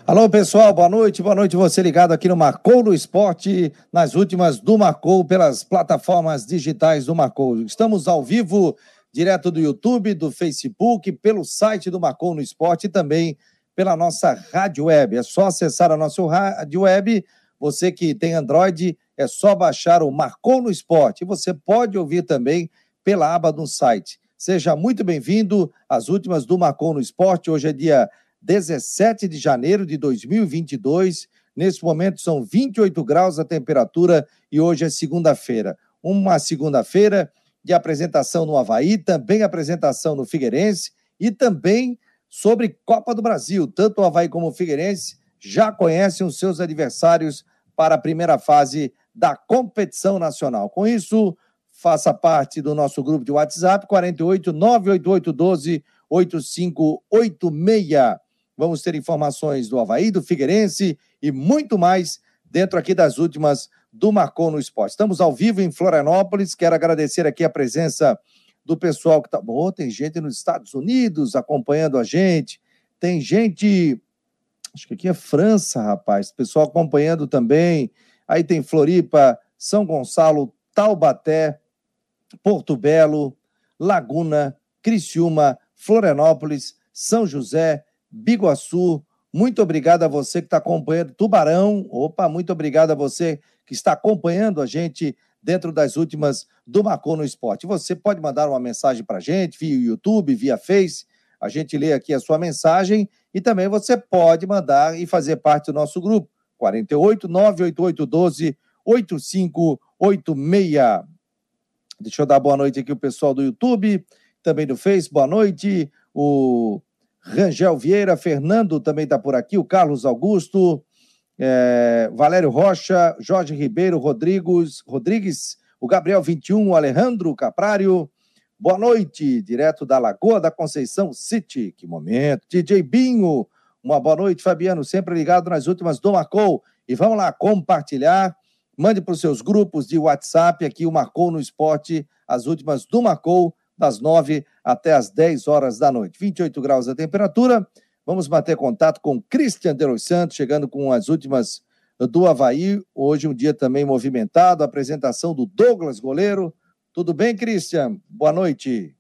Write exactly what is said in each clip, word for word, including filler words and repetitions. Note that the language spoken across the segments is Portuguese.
Alô, pessoal, boa noite, boa noite, você ligado aqui no Marcou no Esporte, nas últimas do Marcou, pelas plataformas digitais do Marcou. Estamos ao vivo, direto do YouTube, do Facebook, pelo site do Marcou no Esporte e também pela nossa rádio web. É só acessar a nossa rádio web, você que tem Android, é só baixar o Marcou no Esporte. E você pode ouvir também pela aba do site. Seja muito bem-vindo às últimas do Marcou no Esporte. Hoje é dia dezessete de janeiro de dois mil e vinte e dois, nesse momento são vinte e oito graus a temperatura e hoje é segunda-feira. Uma segunda-feira de apresentação no Avaí, também apresentação no Figueirense e também sobre Copa do Brasil. Tanto o Avaí como o Figueirense já conhecem os seus adversários para a primeira fase da competição nacional. Com isso, faça parte do nosso grupo de WhatsApp, quarenta e oito, nove oito oito, doze, oito cinco oito seis. Vamos ter informações do Avaí, do Figueirense e muito mais dentro aqui das últimas do Marcou no Esporte. Estamos ao vivo em Florianópolis. Quero agradecer aqui a presença do pessoal que está... Oh, tem gente nos Estados Unidos acompanhando a gente. Tem gente... Acho que aqui é França, rapaz. Pessoal acompanhando também. Aí tem Floripa, São Gonçalo, Taubaté, Porto Belo, Laguna, Criciúma, Florianópolis, São José, Biguaçu. Muito obrigado a você que está acompanhando Tubarão. Opa, muito obrigado a você que está acompanhando a gente dentro das últimas do Marcou no Esporte. Você pode mandar uma mensagem para a gente via YouTube, via Face. A gente lê aqui a sua mensagem e também você pode mandar e fazer parte do nosso grupo. quarenta e oito, nove oito oito, doze, oito cinco oito seis. Deixa eu dar boa noite aqui ao pessoal do YouTube, também do Face. Boa noite. O Rangel Vieira, Fernando também está por aqui, o Carlos Augusto, é, Valério Rocha, Jorge Ribeiro, Rodrigues, Rodrigues, o Gabriel vinte e um, o Alejandro Caprário. Boa noite, direto da Lagoa da Conceição City. Que momento. D J Binho, uma boa noite, Fabiano, sempre ligado nas últimas do Marcou. E vamos lá compartilhar. Mande para os seus grupos de WhatsApp aqui o Marcou no Esporte, as últimas do Marcou, das nove até as dez horas da noite. vinte e oito graus a temperatura. Vamos manter contato com Christian de Los Santos, chegando com as últimas do Avaí. Hoje um dia também movimentado, a apresentação do Douglas, goleiro. Tudo bem, Christian? Boa noite.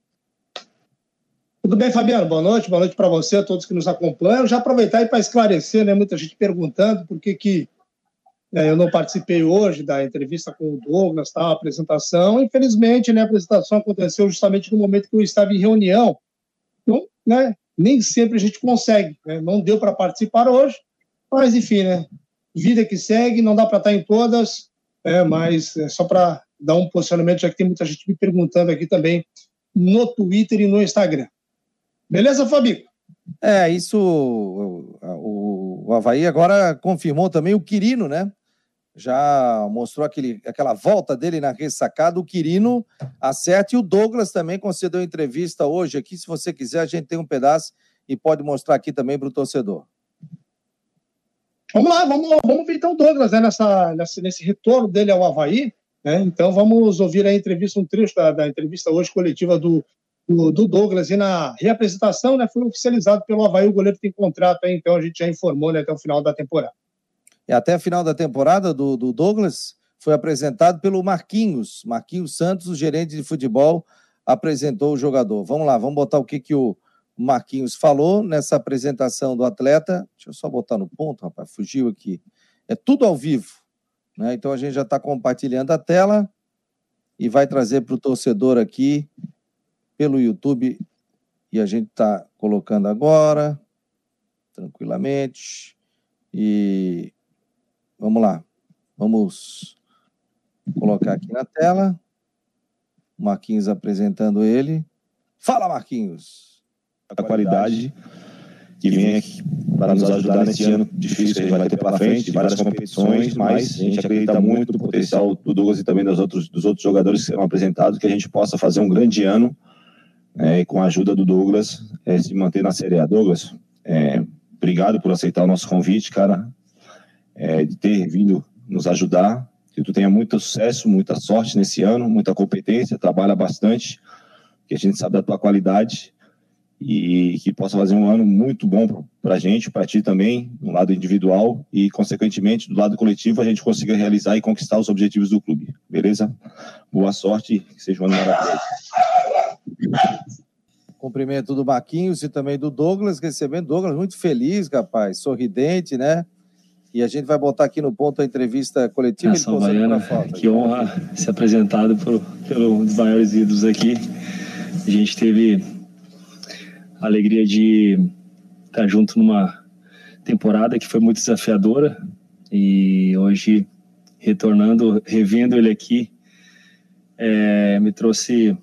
Tudo bem, Fabiano? Boa noite. Boa noite para você, a todos que nos acompanham. Já aproveitar aí para esclarecer, né? Muita gente perguntando por que que é, eu não participei hoje da entrevista com o Douglas, tá, a apresentação. Infelizmente, né, a apresentação aconteceu justamente no momento que eu estava em reunião. Então, né, nem sempre a gente consegue, né? Não deu para participar hoje, mas enfim, né? Vida que segue, não dá para estar em todas, é, mas é só para dar um posicionamento, já que tem muita gente me perguntando aqui também no Twitter e no Instagram. Beleza, Fabi? É, isso, o, o, o Avaí agora confirmou também o Quirino, né? Já mostrou aquele, aquela volta dele na ressacada, o Quirino acerta, e o Douglas também concedeu entrevista hoje aqui, se você quiser, a gente tem um pedaço e pode mostrar aqui também para o torcedor. Vamos lá, vamos, vamos ver então o Douglas, né, nessa, nesse, nesse retorno dele ao Avaí, né? Então vamos ouvir a entrevista, um trecho da, da entrevista hoje coletiva do, do, do Douglas, e na reapresentação, né, foi oficializado pelo Avaí, o goleiro tem contrato, aí, então a gente já informou, né, até o final da temporada. E até a final da temporada do, do Douglas foi apresentado pelo Marquinhos. Marquinhos Santos, o gerente de futebol, apresentou o jogador. Vamos lá, vamos botar o que, que o Marquinhos falou nessa apresentação do atleta. Deixa eu só botar no ponto, rapaz, fugiu aqui. É tudo ao vivo, né? Então a gente já está compartilhando a tela e vai trazer para o torcedor aqui pelo YouTube. E a gente está colocando agora, tranquilamente. E... vamos lá, vamos colocar aqui na tela, o Marquinhos apresentando ele. Fala, Marquinhos! A qualidade que vem aqui para nos ajudar nesse ano difícil que a gente vai ter pela frente, várias competições, mas a gente acredita muito no potencial do Douglas e também dos outros, dos outros jogadores que serão apresentados, que a gente possa fazer um grande ano, é, e com a ajuda do Douglas, é, se manter na Série A. Douglas, é, obrigado por aceitar o nosso convite, cara. É, de ter vindo nos ajudar, que tu tenha muito sucesso, muita sorte nesse ano, muita competência, trabalha bastante, que a gente sabe da tua qualidade, e que possa fazer um ano muito bom para a gente, para ti também, no lado individual e, consequentemente, do lado coletivo, a gente consiga realizar e conquistar os objetivos do clube, beleza? Boa sorte, que seja um ano maravilhoso. Cumprimento do Marquinhos e também do Douglas, recebendo Douglas muito feliz, rapaz, sorridente, né? E a gente vai botar aqui no ponto a entrevista coletiva. Essa Baiana, foto, que honra ser apresentado por, pelo um dos maiores ídolos aqui. A gente teve a alegria de estar junto numa temporada que foi muito desafiadora e hoje, retornando, revendo ele aqui, é, me trouxe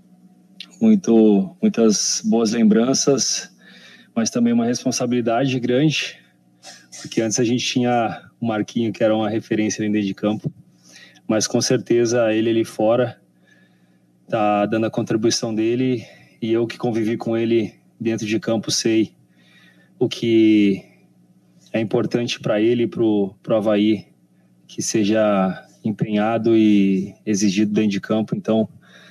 muito, muitas boas lembranças, mas também uma responsabilidade grande, porque antes a gente tinha o Marquinho, que era uma referência dentro de campo, mas com certeza ele ali fora tá dando a contribuição dele, e eu que convivi com ele dentro de campo sei o que é importante para ele e para o Avaí que seja empenhado e exigido dentro de campo. Então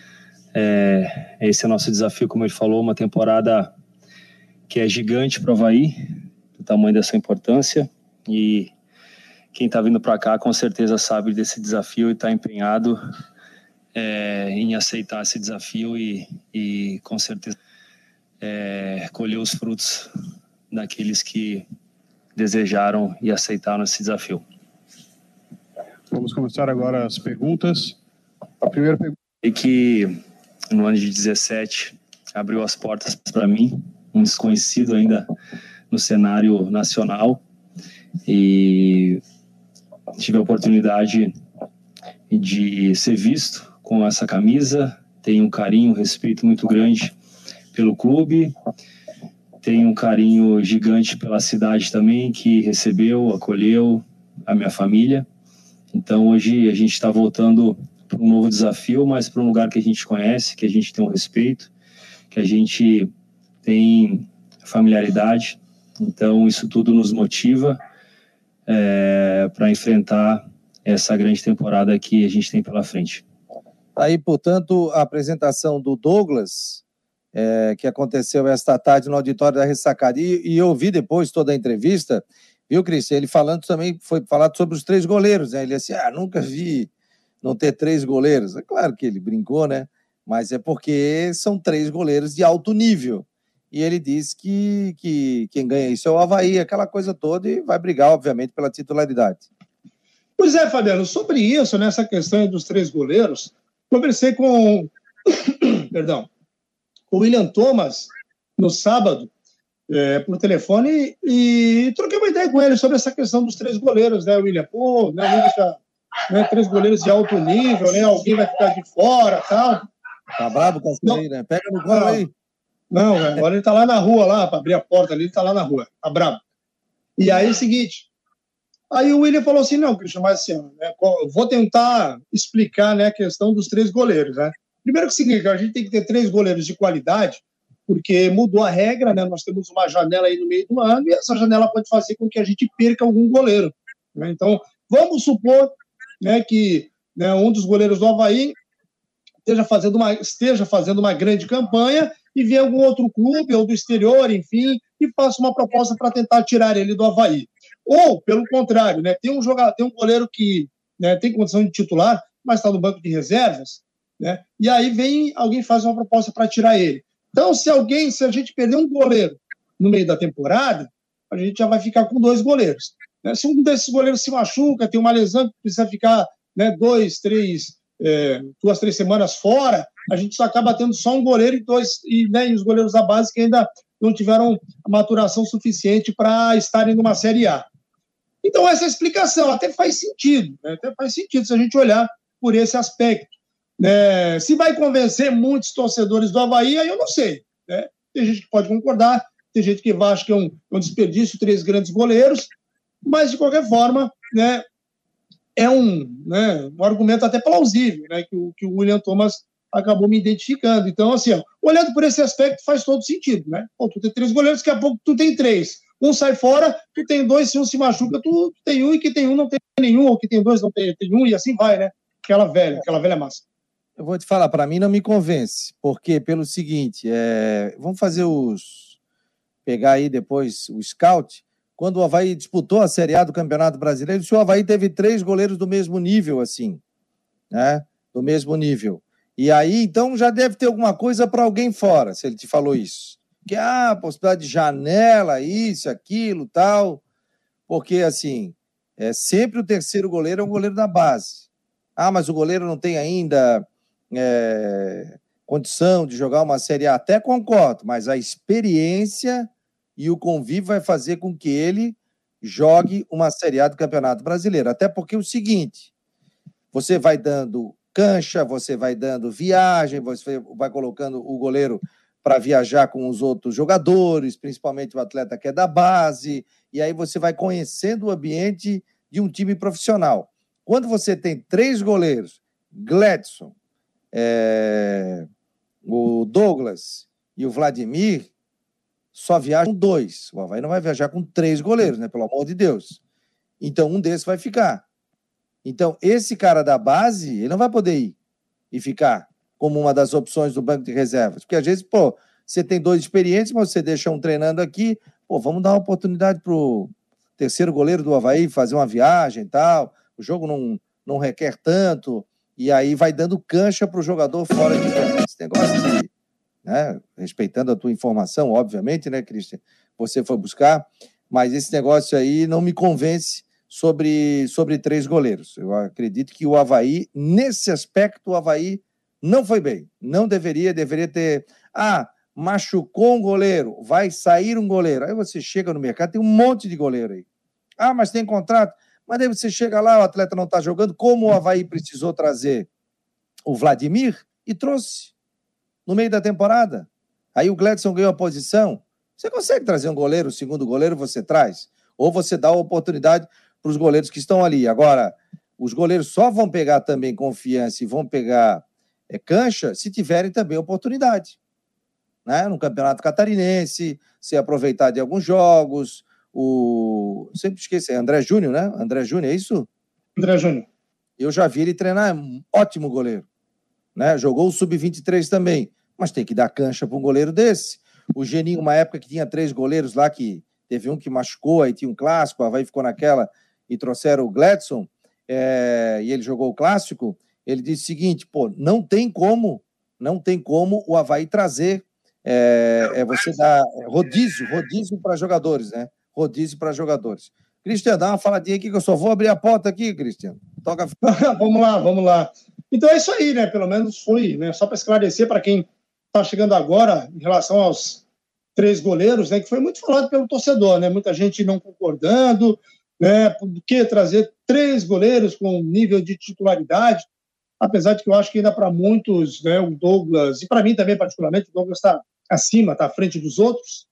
é, esse é o nosso desafio, como ele falou, uma temporada que é gigante para o Avaí, do tamanho dessa importância, e quem está vindo para cá com certeza sabe desse desafio e está empenhado é, em aceitar esse desafio e, e com certeza é, colher os frutos daqueles que desejaram e aceitaram esse desafio. Vamos começar agora as perguntas. A primeira pergunta é que no ano de dezessete abriu as portas para mim, um desconhecido ainda no cenário nacional, e tive a oportunidade de ser visto com essa camisa. Tenho um carinho, um respeito muito grande pelo clube, tenho um carinho gigante pela cidade também, que recebeu, acolheu a minha família. Então hoje a gente está voltando para um novo desafio, mas para um lugar que a gente conhece, que a gente tem um respeito, que a gente tem familiaridade. Então isso tudo nos motiva é, para enfrentar essa grande temporada que a gente tem pela frente. Aí, portanto, a apresentação do Douglas, é, que aconteceu esta tarde no auditório da Ressacada, e, e eu ouvi depois toda a entrevista, viu, Cristian? Ele falando também, foi falado sobre os três goleiros, né? Ele disse, ah, nunca vi não ter três goleiros. É claro que ele brincou, né? Mas é porque são três goleiros de alto nível. E ele disse que, que quem ganha isso é o Avaí, aquela coisa toda, e vai brigar, obviamente, pela titularidade. Pois é, Fabiano, sobre isso, nessa questão dos três goleiros, conversei com, perdão, com o William Thomas no sábado, é, por telefone, e, e troquei uma ideia com ele sobre essa questão dos três goleiros, né, William? Pô, né, William já, né, três goleiros de alto nível, né, alguém vai ficar de fora e tal. Tá bravo com isso aí, né? Pega no colo aí. Não, agora ele tá lá na rua, lá, para abrir a porta ali, ele tá lá na rua, tá bravo. E aí é o seguinte, aí o William falou assim, não, Cristian, mas assim, né, vou tentar explicar, né, a questão dos três goleiros, né. Primeiro que é o seguinte, a gente tem que ter três goleiros de qualidade, porque mudou a regra, né, nós temos uma janela aí no meio do ano, e essa janela pode fazer com que a gente perca algum goleiro, né? Então, vamos supor, né, que, né, um dos goleiros do Avaí esteja fazendo uma, esteja fazendo uma grande campanha e venha algum outro clube ou do exterior, enfim, e faça uma proposta para tentar tirar ele do Avaí. Ou, pelo contrário, né, tem um jogador, tem um goleiro que, né, tem condição de titular, mas está no banco de reservas, né, e aí vem alguém faz uma proposta para tirar ele. Então, se alguém, se a gente perder um goleiro no meio da temporada, a gente já vai ficar com dois goleiros, né? Se um desses goleiros se machuca, tem uma lesão que precisa ficar, né, dois, três, é, duas, três semanas fora, a gente só acaba tendo só um goleiro e dois, e, né, e os goleiros da base que ainda não tiveram a maturação suficiente para estarem numa Série A. Então, essa explicação até faz sentido, né? Até faz sentido se a gente olhar por esse aspecto. É, se vai convencer muitos torcedores do Avaí, aí eu não sei, né? Tem gente que pode concordar, tem gente que acha que é um, é um desperdício, três grandes goleiros, mas, de qualquer forma, né, é um, né, um argumento até plausível, né, que, o, que o William Thomas acabou me identificando. Então, assim, ó, olhando por esse aspecto, faz todo sentido, né? Pô, tu tem três goleiros, daqui a pouco tu tem três. Um sai fora, tu tem dois, se um se machuca, tu, tu tem um, e que tem um não tem nenhum, ou que tem dois não tem, tem um, e assim vai, né? Aquela velha, aquela velha massa. Eu vou te falar, para mim não me convence, porque pelo seguinte, é... vamos fazer os... pegar aí depois o scout, quando o Avaí disputou a Série A do Campeonato Brasileiro, o Avaí teve três goleiros do mesmo nível, assim, né? Do mesmo nível. E aí, então, já deve ter alguma coisa para alguém fora, se ele te falou isso. Que, ah, possibilidade de janela, isso, aquilo, tal. Porque, assim, é, sempre o terceiro goleiro é um goleiro da base. Ah, mas o goleiro não tem ainda é, condição de jogar uma Série A. Até concordo, mas a experiência e o convívio vai fazer com que ele jogue uma Série A do Campeonato Brasileiro. Até porque é o seguinte, você vai dando cancha, você vai dando viagem, você vai colocando o goleiro para viajar com os outros jogadores, principalmente o atleta que é da base, e aí você vai conhecendo o ambiente de um time profissional. Quando você tem três goleiros, Gledson, é, o Douglas e o Vladimir, só viajam dois. O Avaí não vai viajar com três goleiros, né? Pelo amor de Deus. Então, um desses vai ficar. Então, esse cara da base, ele não vai poder ir e ficar como uma das opções do banco de reservas. Porque, às vezes, pô, você tem dois experientes, mas você deixa um treinando aqui, pô, vamos dar uma oportunidade pro terceiro goleiro do Avaí fazer uma viagem e tal. O jogo não, não requer tanto. E aí vai dando cancha pro jogador fora de campo. Esse negócio de... né, respeitando a tua informação, obviamente, né, Christian? Você foi buscar, mas esse negócio aí não me convence sobre, sobre três goleiros. Eu acredito que o Avaí, nesse aspecto, o Avaí não foi bem. Não deveria, deveria ter... Ah, machucou um goleiro, vai sair um goleiro. Aí você chega no mercado, tem um monte de goleiro aí. Ah, mas tem contrato. Mas daí você chega lá, o atleta não está jogando, como o Avaí precisou trazer o Vladimir e trouxe no meio da temporada. Aí o Gledson ganhou a posição. Você consegue trazer um goleiro, o segundo goleiro você traz. Ou você dá a oportunidade para os goleiros que estão ali. Agora, os goleiros só vão pegar também confiança e vão pegar é, cancha se tiverem também oportunidade. Né? No Campeonato Catarinense, se aproveitar de alguns jogos. O... Sempre esqueci, é André Júnior, né? André Júnior, é isso? André Júnior. Eu já vi ele treinar, é um ótimo goleiro. Né? Jogou o sub vinte e três também, mas tem que dar cancha para um goleiro desse. O Geninho, uma época que tinha três goleiros lá, que teve um que machucou, aí tinha um clássico, o Avaí ficou naquela e trouxeram o Gledson, é, e ele jogou o clássico, ele disse o seguinte, pô, não tem como, não tem como o Avaí trazer, é, é você dar rodízio, rodízio para jogadores, né? Rodízio para jogadores. Cristiano, dá uma faladinha aqui que eu só vou abrir a porta aqui, Cristiano. Toca. Vamos lá, vamos lá. Então é isso aí, né? Pelo menos foi, né? Só para esclarecer para quem está chegando agora em relação aos três goleiros, né? Que foi muito falado pelo torcedor, né? Muita gente não concordando, né? Por que trazer três goleiros com nível de titularidade? Apesar de que eu acho que ainda para muitos, né? O Douglas, e para mim também particularmente, o Douglas está acima, está à frente dos outros.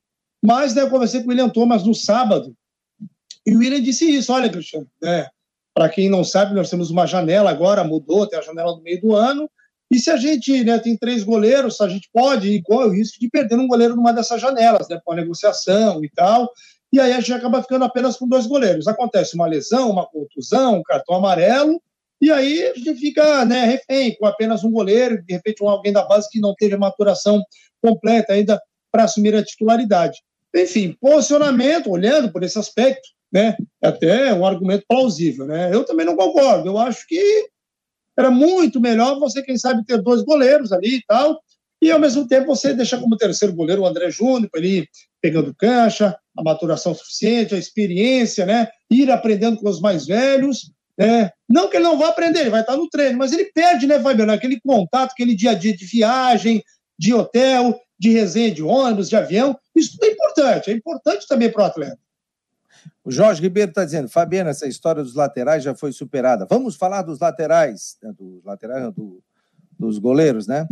Mas, né? Eu conversei com o William Thomas no sábado e o William disse isso, olha, Cristiano, né? Para quem não sabe, nós temos uma janela agora, mudou, tem a janela no meio do ano, e se a gente, né, tem três goleiros, a gente pode ir com o risco de perder um goleiro numa dessas janelas, né, com a negociação e tal, e aí a gente acaba ficando apenas com dois goleiros. Acontece uma lesão, uma contusão, um cartão amarelo, e aí a gente fica, né, refém com apenas um goleiro, de repente um, alguém da base que não teve a maturação completa ainda para assumir a titularidade. Enfim, posicionamento, olhando por esse aspecto, né, é até um argumento plausível, né? Eu também não concordo, eu acho que era muito melhor você, quem sabe, ter dois goleiros ali e tal, e ao mesmo tempo você deixar como terceiro goleiro o André Júnior, ele pegando cancha, a maturação suficiente, a experiência, né, ir aprendendo com os mais velhos, né? Não que ele não vá aprender, ele vai estar no treino, mas ele perde, né, Fabiano, aquele contato, aquele dia a dia de viagem, de hotel, de resenha de ônibus, de avião, isso tudo é importante, é importante também para o atleta. O Jorge Ribeiro está dizendo, Fabiano, essa história dos laterais já foi superada. Vamos falar dos laterais, né, dos laterais, não, do, dos goleiros, né?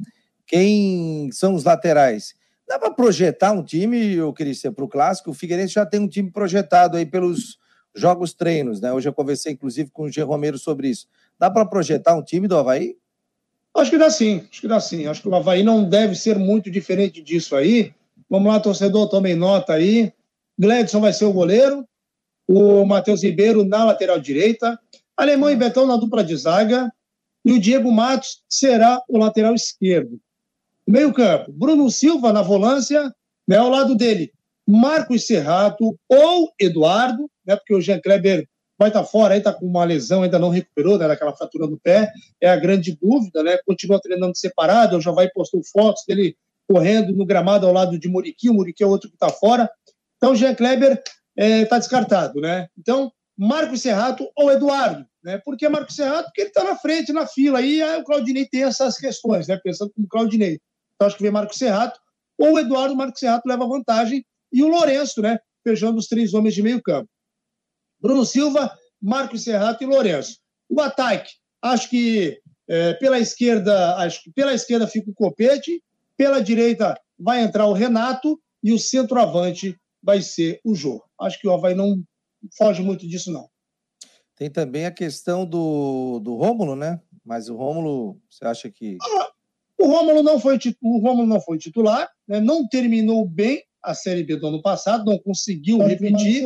Quem são os laterais? Dá para projetar um time, eu queria ser para o Clássico, o Figueirense já tem um time projetado aí pelos jogos treinos, né? Hoje eu conversei, inclusive, com o G. Romero sobre isso. Dá para projetar um time do Avaí? Acho que dá sim, acho que dá sim. Acho que o Avaí não deve ser muito diferente disso aí. Vamos lá, torcedor, tomem nota aí. Gledson vai ser o goleiro, o Matheus Ribeiro na lateral direita, Alemão e Betão na dupla de zaga, e o Diego Matos será o lateral esquerdo. Meio campo, Bruno Silva na volância, né, ao lado dele, Marcos Serrato ou Eduardo, né, porque o Jean Kleber vai estar fora, está com uma lesão, ainda não recuperou, né, daquela fratura no pé, é a grande dúvida, né, continua treinando separado, o Javaí postou fotos dele correndo no gramado ao lado de Muriqui, o Muriqui é outro que está fora, então o Jean Kleber está é, descartado, né, então Marcos Serrato ou Eduardo, né, por que Marcos Serrato? Porque ele está na frente, na fila, aí, aí o Claudinei tem essas questões, né, pensando como Claudinei, então acho que vem Marcos Serrato, ou Eduardo, Marcos Serrato leva vantagem, e o Lourenço, né, fechando os três homens de meio campo. Bruno Silva, Marcos Serrato e Lourenço. O ataque, acho que é, pela esquerda, acho que pela esquerda fica o Copete, pela direita vai entrar o Renato e o centroavante vai ser o Jô. Acho que o Avaí não foge muito disso, não. Tem também a questão do, do Rômulo, né? Mas o Rômulo, você acha que... Ah, o Rômulo não foi, o Rômulo não foi titular, né? Não terminou bem a Série B do ano passado, não conseguiu tá repetir.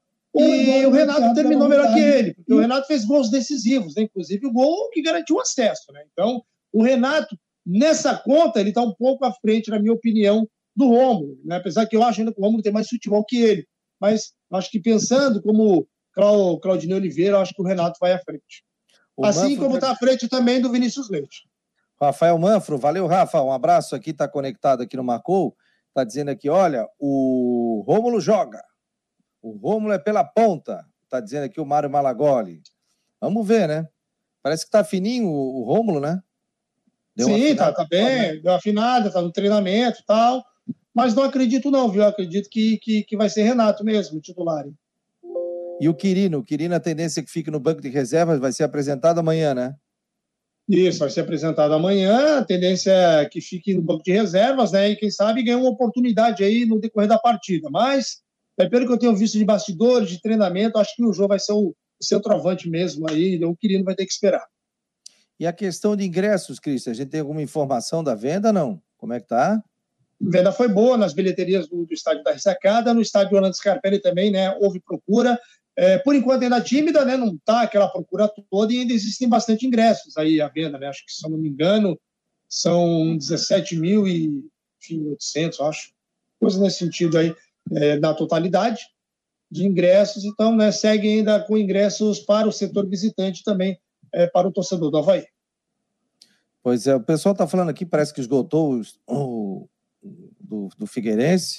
E o Renato terminou melhor que ele, porque o Renato fez gols decisivos, né? Inclusive o gol que garantiu o acesso, né? Então, o Renato, nessa conta, ele está um pouco à frente, na minha opinião, do Rômulo, né? Apesar que eu acho ainda que o Rômulo tem mais futebol que ele. Mas acho que pensando como Clau, Claudinei Oliveira, eu acho que o Renato vai à frente. O assim Manfro como está à frente também do Vinícius Leite. Rafael Manfro, valeu, Rafa, um abraço aqui, está conectado aqui no Marcou, está dizendo aqui, olha, o Rômulo joga. O Rômulo é pela ponta, está dizendo aqui o Mário Malagoli. Vamos ver, né? Parece que está fininho o, o Rômulo, né? Deu Sim, tá, tá bem, né? Deu afinada, tá no treinamento e tal. Mas não acredito não, viu? Eu acredito que, que, que vai ser Renato mesmo, titular. E o Quirino? O Quirino, a tendência é que fique no banco de reservas, vai ser apresentado amanhã, né? Isso, vai ser apresentado amanhã. A tendência é que fique no banco de reservas, né? E quem sabe ganhe uma oportunidade aí no decorrer da partida. Mas... É, pelo que eu tenho visto de bastidores, de treinamento, acho que o jogo vai ser o centroavante mesmo aí, o Quirino vai ter que esperar. E a questão de ingressos, Cristian, a gente tem alguma informação da venda, não? Como é que tá? A venda foi boa nas bilheterias do, do estádio da Ressacada, no estádio Orlando Scarpelli também, né, houve procura. É, por enquanto ainda tímida, né, não tá aquela procura toda e ainda existem bastante ingressos aí à venda, né, acho que, se eu não me engano, são dezessete mil e oitocentos, acho, coisa nesse sentido aí. É, na totalidade de ingressos, então, né, segue ainda com ingressos para o setor visitante também, é, para o torcedor do Avaí. Pois é, o pessoal está falando aqui, parece que esgotou o do, do Figueirense.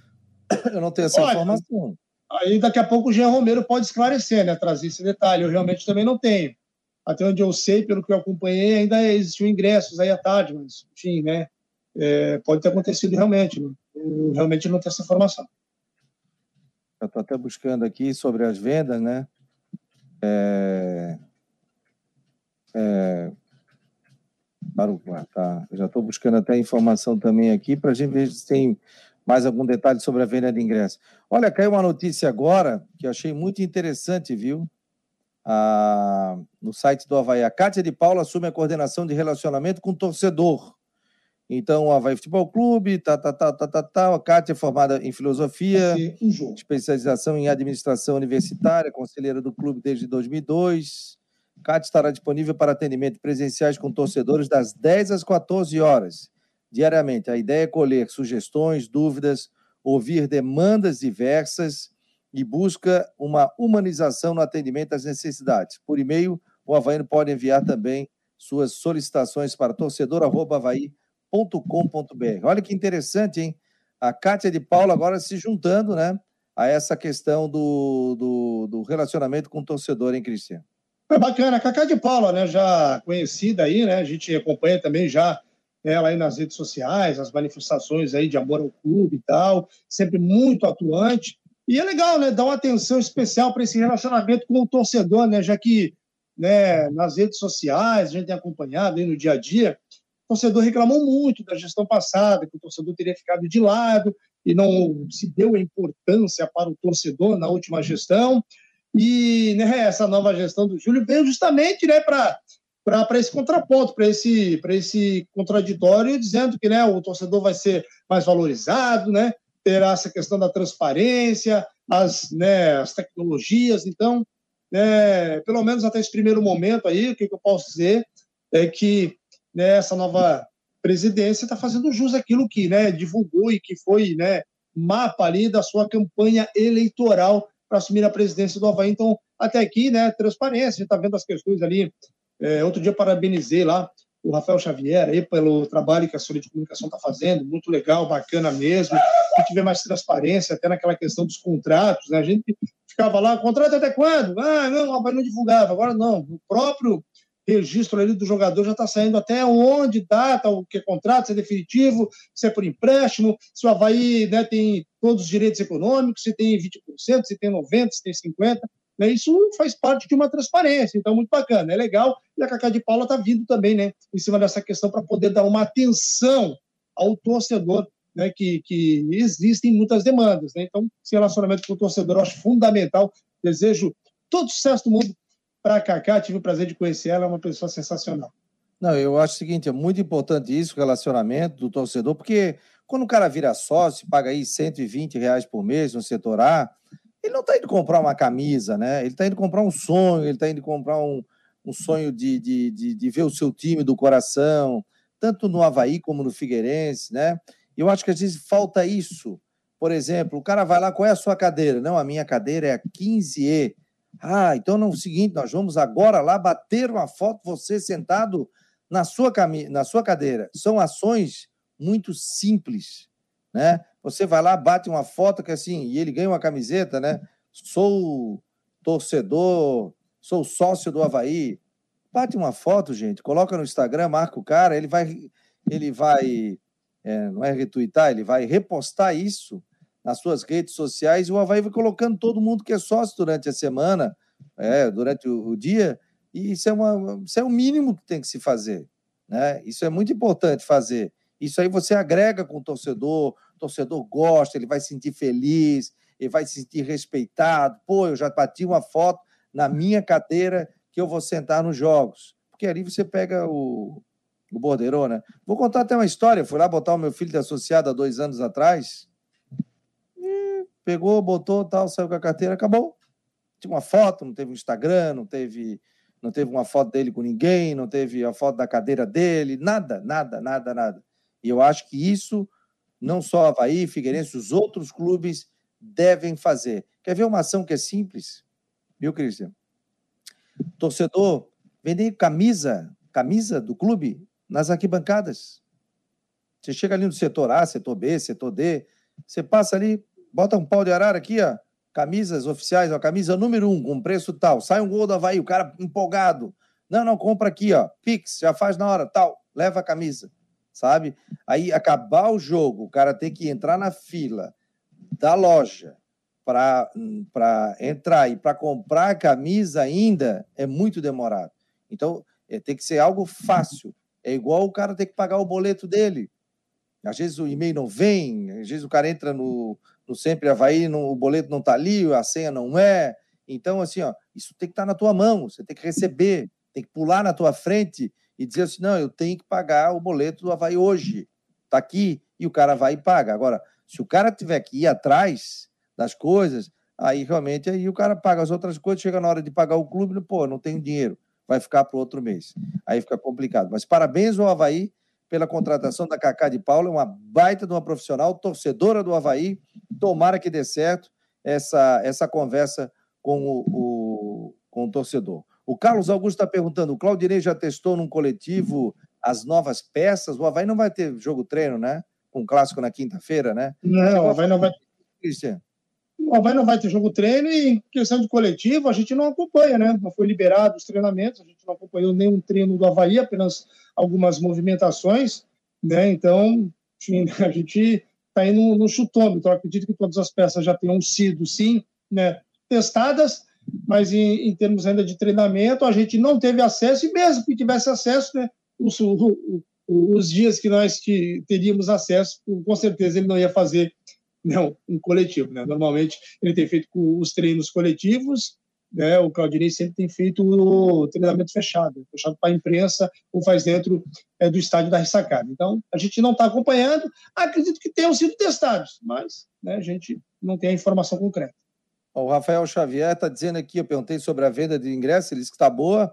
Eu não tenho essa Olha, informação. Aí daqui a pouco o Jean Romero pode esclarecer, né, trazer esse detalhe. Eu realmente também não tenho. Até onde eu sei, pelo que eu acompanhei, ainda existiam ingressos aí à tarde, mas, enfim, né, é, pode ter acontecido realmente, né? Eu realmente não tenho essa informação. Eu estou até buscando aqui sobre as vendas, né? É... É... Para o... tá. Eu já estou buscando até informação também aqui para a gente ver se tem mais algum detalhe sobre a venda de ingressos. Olha, caiu uma notícia agora que eu achei muito interessante, viu? Ah, no site do Avaí. A Cátia de Paula assume a coordenação de relacionamento com o torcedor. Então, o Avaí Futebol Clube, tá, tá, tá, tá, tá, tá. A Cátia é formada em filosofia, um especialização em administração universitária, conselheira do clube desde dois mil e dois. Cátia estará disponível para atendimento presenciais com torcedores das dez às quatorze horas, diariamente. A ideia é colher sugestões, dúvidas, ouvir demandas diversas e busca uma humanização no atendimento às necessidades. Por e-mail, o Avaí pode enviar também suas solicitações para torcedor arroba avaí ponto com ponto br. Olha que interessante, hein? A Cátia de Paula agora se juntando, né, a essa questão do, do, do relacionamento com o torcedor, hein, Cristian? É bacana. A Cacá de Paula, né, já conhecida aí, né, a gente acompanha também já ela aí nas redes sociais, as manifestações aí de amor ao clube e tal, sempre muito atuante. E é legal, né, dar uma atenção especial para esse relacionamento com o torcedor, né, já que, né, nas redes sociais, a gente tem acompanhado aí no dia a dia, o torcedor reclamou muito da gestão passada, que o torcedor teria ficado de lado e não se deu a importância para o torcedor na última gestão. E, né, essa nova gestão do Júlio veio justamente, né, para para esse contraponto, para esse, para esse contraditório, dizendo que, né, o torcedor vai ser mais valorizado, né, terá essa questão da transparência, as, né, as tecnologias. Então, né, pelo menos até esse primeiro momento aí, o que, que eu posso dizer? é que, né, essa nova presidência está fazendo jus àquilo que, né, divulgou e que foi, né, mapa ali da sua campanha eleitoral para assumir a presidência do Avaí. Então, até aqui, né, transparência, a gente está vendo as questões ali. É, outro dia parabenizei lá o Rafael Xavier aí pelo trabalho que a Assessoria de Comunicação está fazendo, muito legal, bacana mesmo. A gente vê mais transparência até naquela questão dos contratos, né? A gente ficava lá, contrato até quando? Ah, não, o Avaí não divulgava. Agora não, o próprio registro ali do jogador já está saindo até onde, data, o que é contrato, se é definitivo, se é por empréstimo, se o Avaí, né, tem todos os direitos econômicos, se tem vinte por cento, se tem noventa por cento, se tem cinquenta por cento. Né, isso faz parte de uma transparência, então muito bacana, é legal, e a Cacá de Paula está vindo também, né, em cima dessa questão para poder dar uma atenção ao torcedor, né, que, que existem muitas demandas, né, então esse relacionamento com o torcedor eu acho fundamental, desejo todo sucesso do mundo para a Cacá, tive o prazer de conhecer ela, é uma pessoa sensacional. Não, eu acho o seguinte, é muito importante isso, o relacionamento do torcedor, porque quando o cara vira sócio, paga aí cento e vinte reais por mês no setor A, ele não está indo comprar uma camisa, né? Ele está indo comprar um sonho, ele está indo comprar um, um sonho de, de, de, de ver o seu time do coração, tanto no Avaí como no Figueirense, né? Eu acho que às vezes falta isso. Por exemplo, o cara vai lá, qual é a sua cadeira? Não, a minha cadeira é a quinze E. Ah, então não é o seguinte, nós vamos agora lá bater uma foto, você sentado na sua, cami... na sua cadeira. São ações muito simples, né? Você vai lá, bate uma foto que assim, e ele ganha uma camiseta, né? Sou torcedor, sou sócio do Avaí. Bate uma foto, gente, coloca no Instagram, marca o cara, ele vai, ele vai, é, não é retweetar, ele vai repostar isso nas suas redes sociais, e o Avaí vai colocando todo mundo que é sócio durante a semana, é, durante o, o dia, e isso é, uma, isso é o mínimo que tem que se fazer, né? Isso é muito importante fazer. Isso aí você agrega com o torcedor, o torcedor gosta, ele vai se sentir feliz, ele vai se sentir respeitado. Pô, eu já bati uma foto na minha cadeira que eu vou sentar nos jogos. Porque ali você pega o, o borderô, né? Vou contar até uma história. Fui lá botar o meu filho de associado há dois anos atrás. E pegou, botou, tal, saiu com a carteira, acabou. Tinha uma foto, não teve um Instagram, não teve, não teve uma foto dele com ninguém, não teve a foto da cadeira dele, nada, nada, nada, nada. E eu acho que isso, não só o Avaí, Figueirense, os outros clubes devem fazer. Quer ver uma ação que é simples? Viu, Cristian? Torcedor, vender camisa, camisa do clube nas arquibancadas. Você chega ali no setor A, setor B, setor D, você passa ali, bota um pau de arara aqui, ó, camisas oficiais, ó, camisa número um, com preço tal, sai um gol do Avaí, o cara empolgado. Não, não, compra aqui, ó, Pix, já faz na hora, tal, leva a camisa. Sabe? Aí acabar o jogo, o cara tem que entrar na fila da loja para entrar e para comprar a camisa ainda é muito demorado. Então, é, tem que ser algo fácil. É igual o cara ter que pagar o boleto dele. Às vezes o e-mail não vem, às vezes o cara entra no, no Sempre Avaí, no, o boleto não está ali, a senha não é. Então, assim, ó, isso tem que estar na tua mão, você tem que receber, tem que pular na tua frente e dizer assim, não, eu tenho que pagar o boleto do Avaí hoje, está aqui, e o cara vai e paga. Agora, se o cara tiver que ir atrás das coisas, aí realmente aí o cara paga as outras coisas, chega na hora de pagar o clube, pô, não tenho dinheiro, vai ficar para o outro mês. Aí fica complicado. Mas parabéns ao Avaí pela contratação da Cacá de Paula, uma baita de uma profissional, torcedora do Avaí, tomara que dê certo essa, essa conversa com o, o, com o torcedor. O Carlos Augusto está perguntando, o Claudinei já testou num coletivo as novas peças? O Avaí não vai ter jogo treino, né? Com o clássico na quinta-feira, né? Não, o Avaí não vai ter. Cristian. O Avaí não vai ter jogo treino e em questão de coletivo a gente não acompanha, né? Não foi liberado os treinamentos, a gente não acompanhou nenhum treino do Avaí, apenas algumas movimentações, né? Então, a gente está indo no chutômetro. Então, acredito que todas as peças já tenham sido, sim, né, testadas, mas em, em termos ainda de treinamento, a gente não teve acesso, e mesmo que tivesse acesso, né, os, o, os dias que nós teríamos acesso, com certeza ele não ia fazer, não, um coletivo, né? Normalmente ele tem feito os treinos coletivos, né? O Claudinei sempre tem feito o treinamento fechado, fechado para a imprensa, ou faz dentro é, do estádio da Ressacada. Então, a gente não está acompanhando, acredito que tenham sido testados, mas, né, a gente não tem a informação concreta. O Rafael Xavier está dizendo aqui, eu perguntei sobre a venda de ingressos, ele disse que está boa.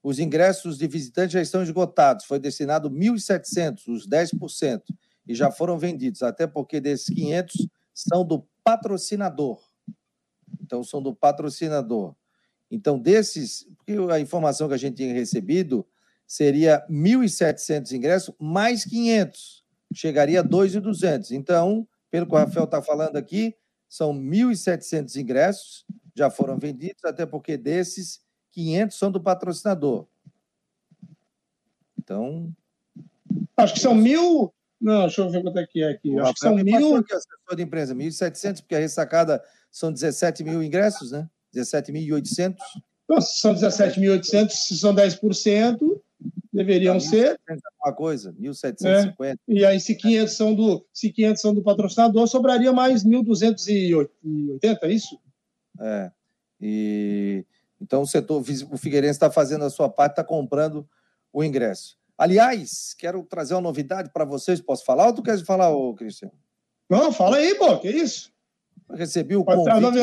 os ingressos de visitante já estão esgotados. Foi destinado mil e setecentos, os dez por cento, e já foram vendidos, até porque desses quinhentos são do patrocinador. Então, são do patrocinador. Então, desses, porque a informação que a gente tinha recebido seria mil e setecentos ingressos mais quinhentos, chegaria a dois mil e duzentos. Então, pelo que o Rafael está falando aqui, são mil e setecentos ingressos, já foram vendidos, até porque desses, quinhentos são do patrocinador. Então... Acho que são mil... Não, deixa eu ver quanto é que é aqui. Acho que são mil... Aqui, assessor de imprensa, mil e setecentos, porque a ressacada são dezessete mil ingressos, né? dezessete mil e oitocentos. Nossa, são dezessete mil e oitocentos, se são dez por cento, deveriam ser... Uma coisa, mil setecentos e cinquenta. É, e aí, se quinhentos, são do, se quinhentos são do patrocinador, sobraria mais mil duzentos e oitenta, é isso? É. E... Então, o setor, o Figueirense está fazendo a sua parte, está comprando o ingresso. Aliás, quero trazer uma novidade para vocês. Posso falar ou tu queres falar, ô, Cristiano? Não, fala aí, pô, que isso? Eu recebi o convite,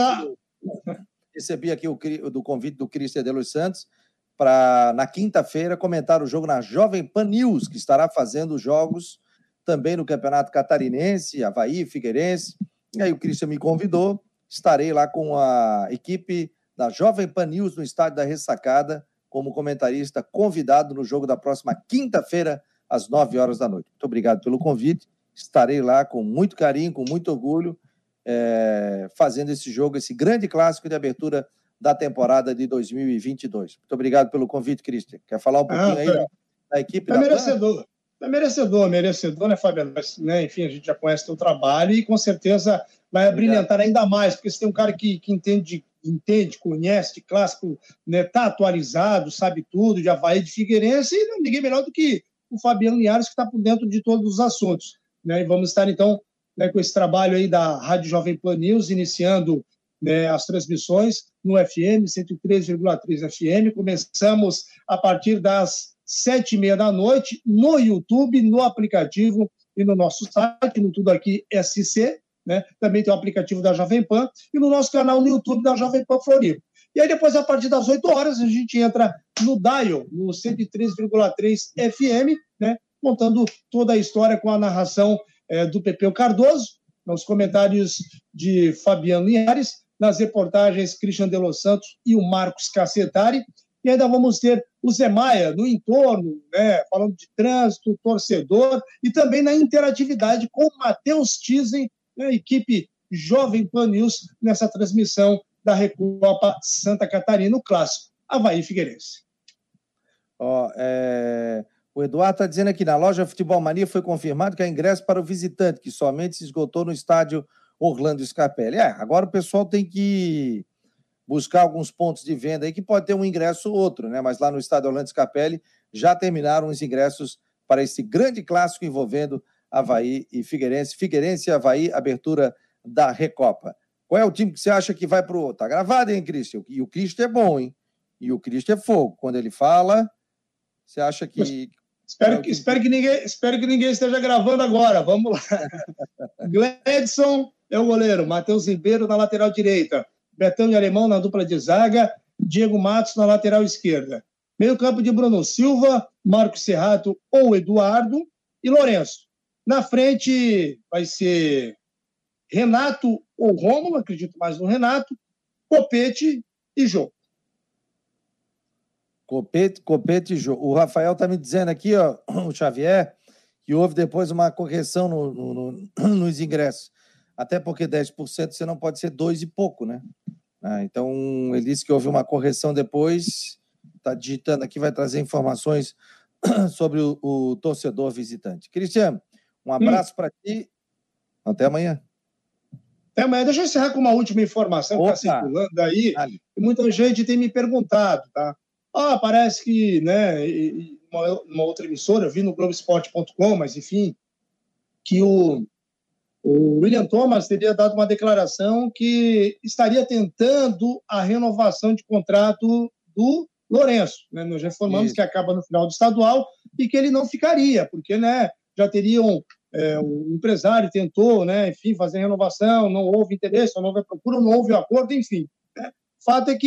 recebi aqui o do convite do Cristian de Los Santos para, na quinta-feira, comentar o jogo na Jovem Pan News, que estará fazendo jogos também no Campeonato Catarinense, Avaí, Figueirense. E aí o Cristian me convidou, estarei lá com a equipe da Jovem Pan News no Estádio da Ressacada, como comentarista convidado no jogo da próxima quinta-feira, às nove horas da noite. Muito obrigado pelo convite. Estarei lá com muito carinho, com muito orgulho, é, fazendo esse jogo, esse grande clássico de abertura da temporada de dois mil e vinte e dois. Muito obrigado pelo convite, Cristian. Quer falar um pouquinho ah, aí da, da equipe é da merecedor. É merecedor, merecedor, né, Fabiano? Mas, né, enfim, a gente já conhece o teu trabalho e com certeza vai brilhantar ainda mais, porque você tem um cara que, que entende, entende, conhece de clássico, né, tá atualizado, sabe tudo, de Avaí, de Figueirense, e não, ninguém melhor do que o Fabiano Linhares, que está por dentro de todos os assuntos. Né? E vamos estar, então, né, com esse trabalho aí da Rádio Jovem Pan News, iniciando, né, as transmissões no F M, cento e três vírgula três F M. Começamos a partir das sete e meia da noite, no YouTube, no aplicativo e no nosso site, no Tudo Aqui S C, né? Também tem o aplicativo da Jovem Pan e no nosso canal no YouTube da Jovem Pan Floripa. E aí depois, a partir das oito horas, a gente entra no Dial, no cento e três vírgula três F M, né? Contando toda a história com a narração é, do Pepeu Cardoso, nos comentários de Fabiano Linhares, nas reportagens Cristian de Los Santos e o Marcos Cacetari. E ainda vamos ter o Zé Maia no entorno, né, falando de trânsito, torcedor, e também na interatividade com o Matheus Tizen, né, equipe Jovem Pan News, nessa transmissão da Recopa Santa Catarina, o clássico Avaí Figueirense. Ó, é... O Eduardo está dizendo aqui, na loja Futebol Mania foi confirmado que há ingresso para o visitante, que somente se esgotou no estádio Orlando Scarpelli. É, agora o pessoal tem que buscar alguns pontos de venda aí, que pode ter um ingresso ou outro, né? Mas lá no estádio Orlando Scarpelli já terminaram os ingressos para esse grande clássico envolvendo Avaí e Figueirense. Figueirense e Avaí, abertura da Recopa. Qual é o time que você acha que vai para o outro? Tá gravado, hein, Cristian? E o Cristian é bom, hein? E o Cristian é fogo. Quando ele fala, você acha que... Espero que, espero, que ninguém, espero que ninguém esteja gravando agora. Vamos lá. Gledson é o goleiro. Matheus Ribeiro na lateral direita. Betão e Alemão na dupla de zaga. Diego Matos na lateral esquerda. Meio campo de Bruno Silva, Marcos Serrato ou Eduardo e Lourenço. Na frente vai ser Renato ou Rômulo, acredito mais no Renato, Copete e Jô. Copete, Copete e Jô. O Rafael está me dizendo aqui, ó, o Xavier, que houve depois uma correção no, no, no, nos ingressos. Até porque dez por cento você não pode ser dois e pouco, né? Ah, então, ele disse que houve uma correção depois, está digitando aqui, vai trazer informações sobre o, o torcedor visitante. Cristiano, um abraço hum. para ti. Até amanhã. Até amanhã. Deixa eu encerrar com uma última informação Opa. que está circulando aí. Ali. Muita gente tem me perguntado, tá? Ah, parece que, né, uma, uma outra emissora, eu vi no Globo Esporte ponto com, mas enfim, que o, o William Thomas teria dado uma declaração que estaria tentando a renovação de contrato do Lourenço. Né? Nós já informamos Isso. que acaba no final do estadual e que ele não ficaria, porque, né, já teriam, é, o empresário tentou, né, enfim, fazer renovação, não houve interesse, não houve procura, não houve acordo, enfim. Né? O fato é que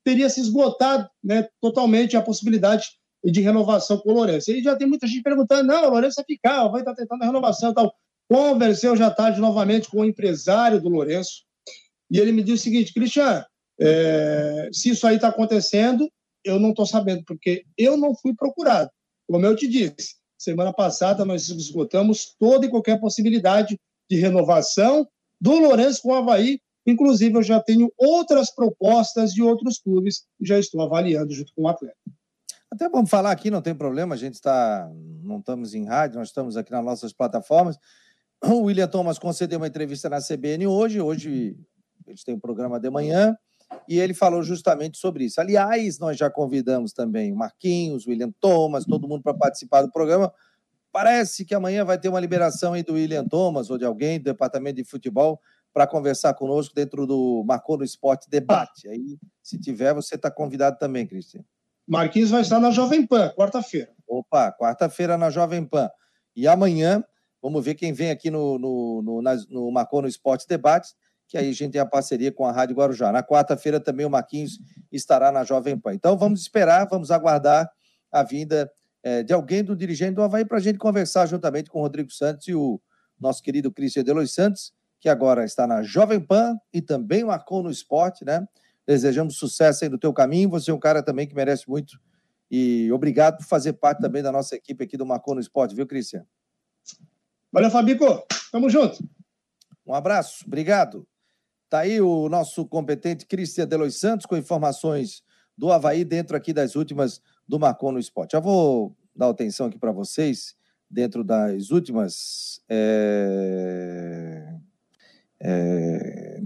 teria se esgotado, né, totalmente a possibilidade de renovação com o Lourenço. E já tem muita gente perguntando, não, o Lourenço vai ficar, vai estar tentando a renovação e tal. Conversei hoje à tarde novamente com o empresário do Lourenço, e ele me disse o seguinte, Cristiano, é, se isso aí está acontecendo, eu não estou sabendo, porque eu não fui procurado. Como eu te disse, semana passada nós esgotamos toda e qualquer possibilidade de renovação do Lourenço com o Avaí. Inclusive, eu já tenho outras propostas de outros clubes e já estou avaliando junto com o atleta. Até vamos falar aqui, não tem problema, a gente está, não estamos em rádio, nós estamos aqui nas nossas plataformas. O William Thomas concedeu uma entrevista na C B N hoje, hoje eles têm um programa de manhã, e ele falou justamente sobre isso. Aliás, nós já convidamos também o Marquinhos, o William Thomas, todo mundo para participar do programa. Parece que amanhã vai ter uma liberação aí do William Thomas ou de alguém do departamento de futebol para conversar conosco dentro do Marcou no Esporte Debate. Aí, se tiver, você está convidado também, Cristian. Marquinhos vai estar na Jovem Pan, quarta-feira. Opa, quarta-feira na Jovem Pan. E amanhã, vamos ver quem vem aqui no, no, no, no Marcou no Esporte Debate, que aí a gente tem a parceria com a Rádio Guarujá. Na quarta-feira também o Marquinhos estará na Jovem Pan. Então vamos esperar, vamos aguardar a vinda é, de alguém do dirigente do Avaí para a gente conversar juntamente com o Rodrigo Santos e o nosso querido Cristian de Los Santos, que agora está na Jovem Pan e também marcou no esporte, né? Desejamos sucesso aí no teu caminho. Você é um cara também que merece muito e obrigado por fazer parte também da nossa equipe aqui do Marcou no Esporte, viu, Cristian? Valeu, Fabico. Tamo junto. Um abraço, obrigado. Tá aí o nosso competente Cristian de Los Santos com informações do Avaí dentro aqui das últimas do Marcou no Esporte. Já vou dar atenção aqui para vocês, dentro das últimas... É... É...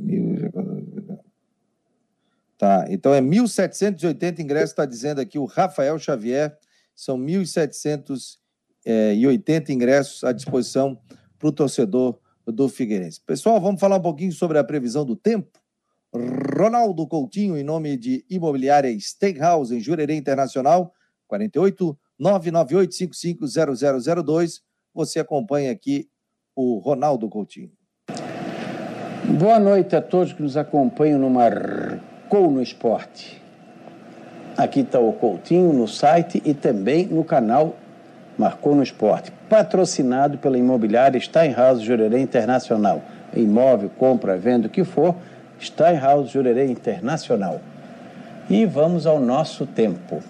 Tá, então é mil setecentos e oitenta ingressos, está dizendo aqui o Rafael Xavier, são mil setecentos e oitenta ingressos à disposição para o torcedor do Figueirense. Pessoal, vamos falar um pouquinho sobre a previsão do tempo. Ronaldo Coutinho, em nome de Imobiliária Steakhouse, em Jurerê Internacional, quarenta e oito, nove nove oito cinco cinco zero zero zero dois. Você acompanha aqui o Ronaldo Coutinho. Boa noite a todos que nos acompanham no Marcou no Esporte. Aqui está o Coutinho no site e também no canal Marcou no Esporte, patrocinado pela Imobiliária Steinhaus Jurerê Internacional. Imóvel, compra, venda, o que for, Steinhaus Jurerê Internacional. E vamos ao nosso tempo.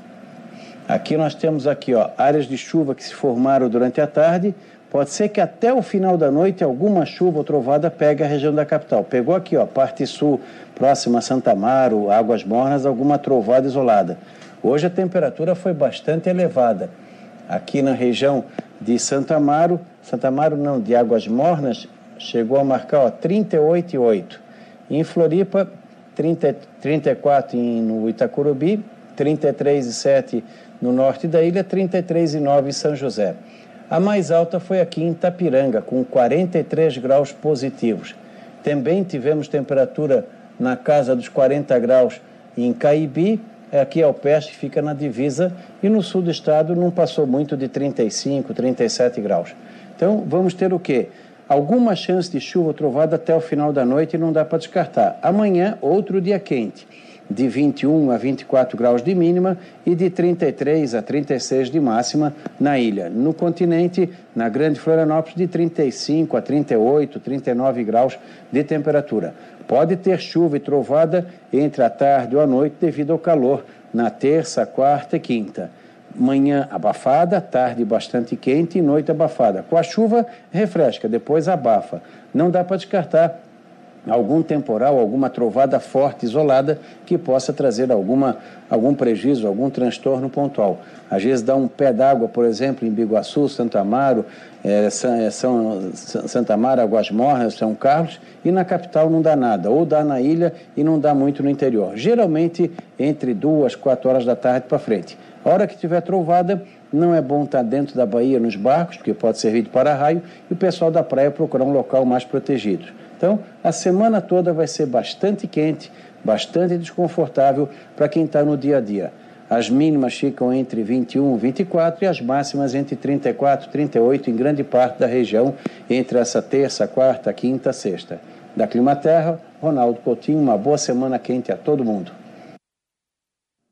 Aqui nós temos aqui, ó, áreas de chuva que se formaram durante a tarde. Pode ser que até o final da noite alguma chuva ou trovada pegue a região da capital. Pegou aqui, ó, parte sul, próxima a Santa Amaro, Águas Mornas, alguma trovada isolada. Hoje a temperatura foi bastante elevada. Aqui na região de Santa Amaro, Santa Amaro não, de Águas Mornas, chegou a marcar, ó, trinta e oito vírgula oito. Em Floripa, trinta, trinta e quatro em, no Itacurubi, trinta e três vírgula sete no norte da ilha, trinta e três vírgula nove em São José. A mais alta foi aqui em Itapiranga, com quarenta e três graus positivos. Também tivemos temperatura na casa dos quarenta graus em Caibi, aqui ao peste, fica na divisa, e no sul do estado não passou muito de trinta e cinco, trinta e sete graus. Então, vamos ter o quê? Alguma chance de chuva ou trovada até o final da noite e não dá para descartar. Amanhã, outro dia quente, de vinte e um a vinte e quatro graus de mínima e de trinta e três a trinta e seis de máxima na ilha. No continente, na Grande Florianópolis, de trinta e cinco a trinta e oito, trinta e nove graus de temperatura. Pode ter chuva e trovada entre a tarde ou a noite devido ao calor na terça, quarta e quinta. Manhã abafada, tarde bastante quente e noite abafada. Com a chuva, refresca, depois abafa. Não dá para descartar algum temporal, alguma trovada forte, isolada, que possa trazer alguma, algum prejuízo, algum transtorno pontual. Às vezes dá um pé d'água, por exemplo, em Biguaçu, Santo Amaro, é, São, São, Santa Amaro, Águas Mornas, São Carlos, e na capital não dá nada, ou dá na ilha e não dá muito no interior. Geralmente entre duas, quatro horas da tarde para frente. A hora que tiver trovada, não é bom estar dentro da baía nos barcos, porque pode servir de para-raio, e o pessoal da praia procurar um local mais protegido. Então, a semana toda vai ser bastante quente, bastante desconfortável para quem está no dia a dia. As mínimas ficam entre vinte e um e vinte e quatro e as máximas entre trinta e quatro e trinta e oito em grande parte da região, entre essa terça, quarta, quinta, sexta. Da Climaterra, Ronaldo Coutinho, uma boa semana quente a todo mundo.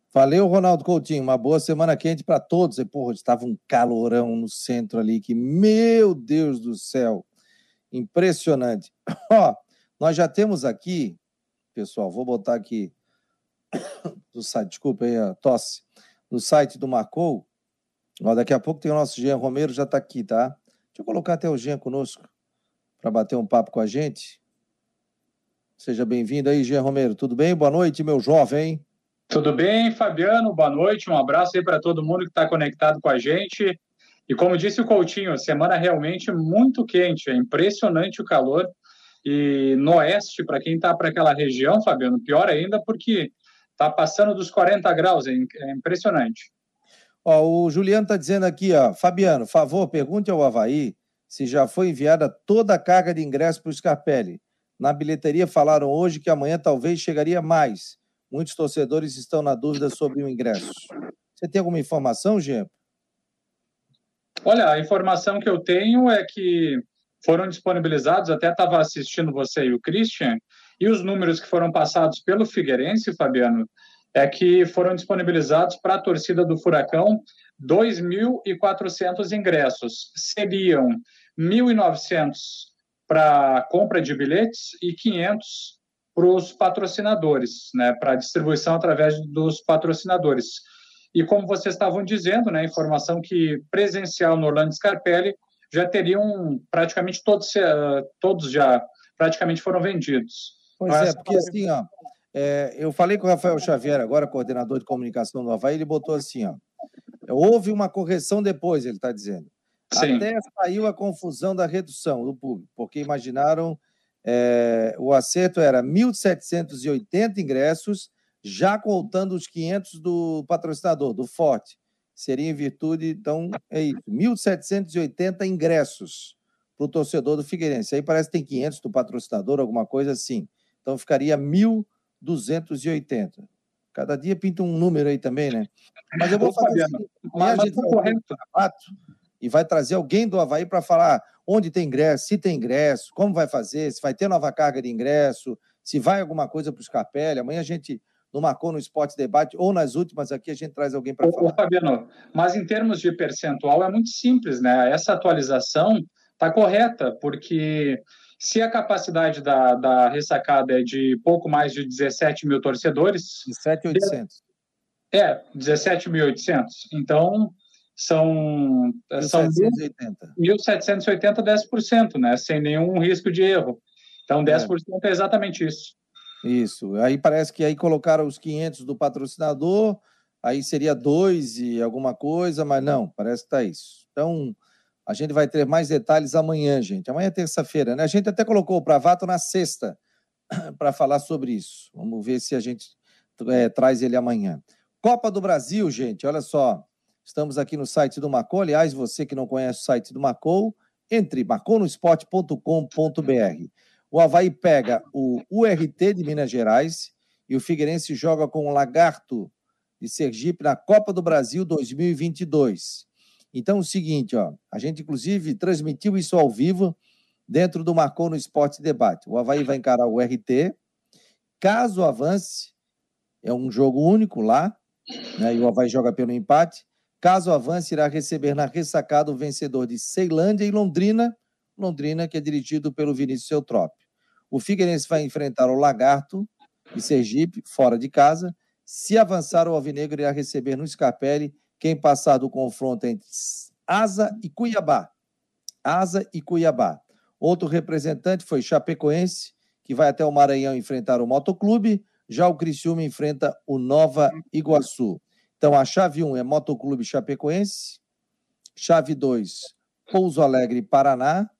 Valeu, Ronaldo Coutinho. Uma boa semana quente para todos. E, porra, estava um calorão no centro ali, que, meu Deus do céu, impressionante. Ó, nós já temos aqui, pessoal, vou botar aqui do site, desculpa aí a tosse, no site do Marcou. Ó, daqui a pouco tem o nosso Jean Romero, já está aqui, tá? Deixa eu colocar até o Jean conosco para bater um papo com a gente. Seja bem-vindo aí, Jean Romero. Tudo bem? Boa noite, meu jovem. Tudo bem, Fabiano? Boa noite, um abraço aí para todo mundo que está conectado com a gente. E como disse o Coutinho, semana realmente muito quente, é impressionante o calor. E no oeste, para quem está para aquela região, Fabiano, pior ainda porque está passando dos quarenta graus, é impressionante. Ó, o Juliano está dizendo aqui, ó, Fabiano, favor, pergunte ao Avaí se já foi enviada toda a carga de ingresso para o Scarpelli. Na bilheteria falaram hoje que amanhã talvez chegaria mais. Muitos torcedores estão na dúvida sobre o ingresso. Você tem alguma informação, Jean? Olha, a informação que eu tenho é que foram disponibilizados, até estava assistindo você e o Christian, e os números que foram passados pelo Figueirense, Fabiano, é que foram disponibilizados para a torcida do Furacão dois mil e quatrocentos ingressos. Seriam mil e novecentos para compra de bilhetes e quinhentos para os patrocinadores, né, para distribuição através dos patrocinadores. E como vocês estavam dizendo, né, informação que presencial no Orlando Scarpelli já teriam praticamente todos, todos já praticamente foram vendidos. Pois Mas, é, porque assim, ó, é, eu falei com o Rafael Xavier agora, coordenador de comunicação do Avaí, ele botou assim, ó, houve uma correção depois, ele está dizendo. Sim. Até saiu a confusão da redução do público, porque imaginaram, é, o acerto era mil setecentos e oitenta ingressos, já contando os quinhentos do patrocinador, do Forte. Seria em virtude, então, é isso, mil setecentos e oitenta ingressos para o torcedor do Figueirense. Aí parece que tem quinhentos do patrocinador, alguma coisa assim. Então ficaria mil duzentos e oitenta. Cada dia pinta um número aí também, né? Mas eu vou fazer assim, amanhã a gente vai correto e vai trazer alguém do Avaí para falar onde tem ingresso, se tem ingresso, como vai fazer, se vai ter nova carga de ingresso, se vai alguma coisa para o Scarpelli. Amanhã a gente, no Marcou no Esporte Debate, ou nas últimas aqui, a gente traz alguém para falar. Ô, Fabiano, mas em termos de percentual é muito simples, né? Essa atualização está correta, porque se a capacidade da, da ressacada é de pouco mais de dezessete mil torcedores... dezessete mil e oitocentos. É, dezessete mil e oitocentos. Então, são, são mil setecentos e oitenta, dez por cento, né? Sem nenhum risco de erro. Então, dez por cento é, é exatamente isso. Isso. Aí parece que aí colocaram os quinhentos do patrocinador, aí seria dois e alguma coisa, mas não, parece que está isso. Então, a gente vai ter mais detalhes amanhã, gente. Amanhã é terça-feira, né? A gente até colocou o Pravato na sexta para falar sobre isso. Vamos ver se a gente é, traz ele amanhã. Copa do Brasil, gente, olha só. Estamos aqui no site do Marcou. Aliás, você que não conhece o site do Marcou, entre marcou no esporte ponto com ponto b r. O Avaí pega o U R T de Minas Gerais e o Figueirense joga com o Lagarto de Sergipe na Copa do Brasil dois mil e vinte e dois. Então, é o seguinte, ó, a gente, inclusive, transmitiu isso ao vivo dentro do Marcou no Esporte Debate. O Avaí vai encarar o U R T. Caso avance, é um jogo único lá, né, e o Avaí joga pelo empate. Caso avance, irá receber na ressacada o vencedor de Ceilândia e Londrina, Londrina, que é dirigido pelo Vinícius Eutrópio. O Figueirense vai enfrentar o Lagarto de Sergipe, fora de casa. Se avançar, o Alvinegro irá receber no Scarpelli quem passar do confronto entre Asa e Cuiabá. Asa e Cuiabá. Outro representante foi Chapecoense, que vai até o Maranhão enfrentar o Motoclube. Já o Criciúma enfrenta o Nova Iguaçu. Então, a chave um é Motoclube Chapecoense. Chave dois, Pouso Alegre, Paraná.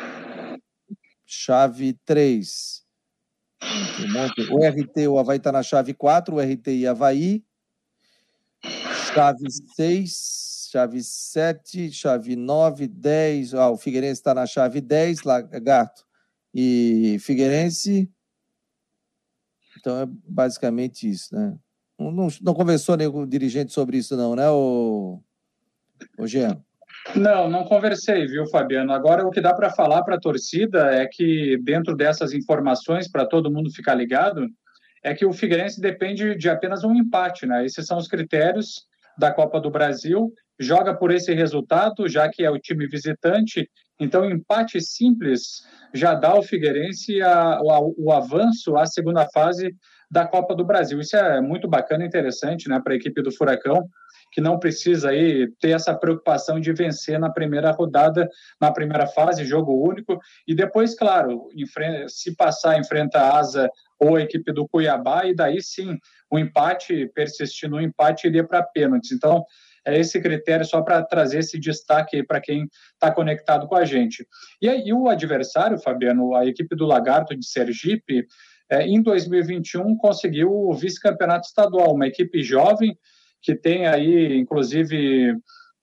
Chave três, o R T, o Avaí está na chave quatro, o R T e Avaí. Chave seis, chave sete, chave nove, dez. Ah, o Figueirense está na chave dez, Lagarto e Figueirense. Então é basicamente isso, né? Não, não, não conversou nem com o dirigente sobre isso, não, né, o, o Jean? Não, não conversei, viu, Fabiano? Agora, o que dá para falar para a torcida é que, dentro dessas informações, para todo mundo ficar ligado, é que o Figueirense depende de apenas um empate, né? Esses são os critérios da Copa do Brasil, joga por esse resultado, já que é o time visitante, então empate simples já dá ao Figueirense a, o, o avanço à segunda fase da Copa do Brasil. Isso é muito bacana e interessante, né, para a equipe do Furacão, que não precisa aí ter essa preocupação de vencer na primeira rodada, na primeira fase, jogo único, e depois, claro, se passar, enfrenta a Asa ou a equipe do Cuiabá, e daí sim, o empate, persistindo no empate, iria para pênaltis. Então, é esse critério só para trazer esse destaque aí para quem está conectado com a gente. E aí o adversário, Fabiano, a equipe do Lagarto de Sergipe, é, em dois mil e vinte e um conseguiu o vice-campeonato estadual, uma equipe jovem que tem aí, inclusive,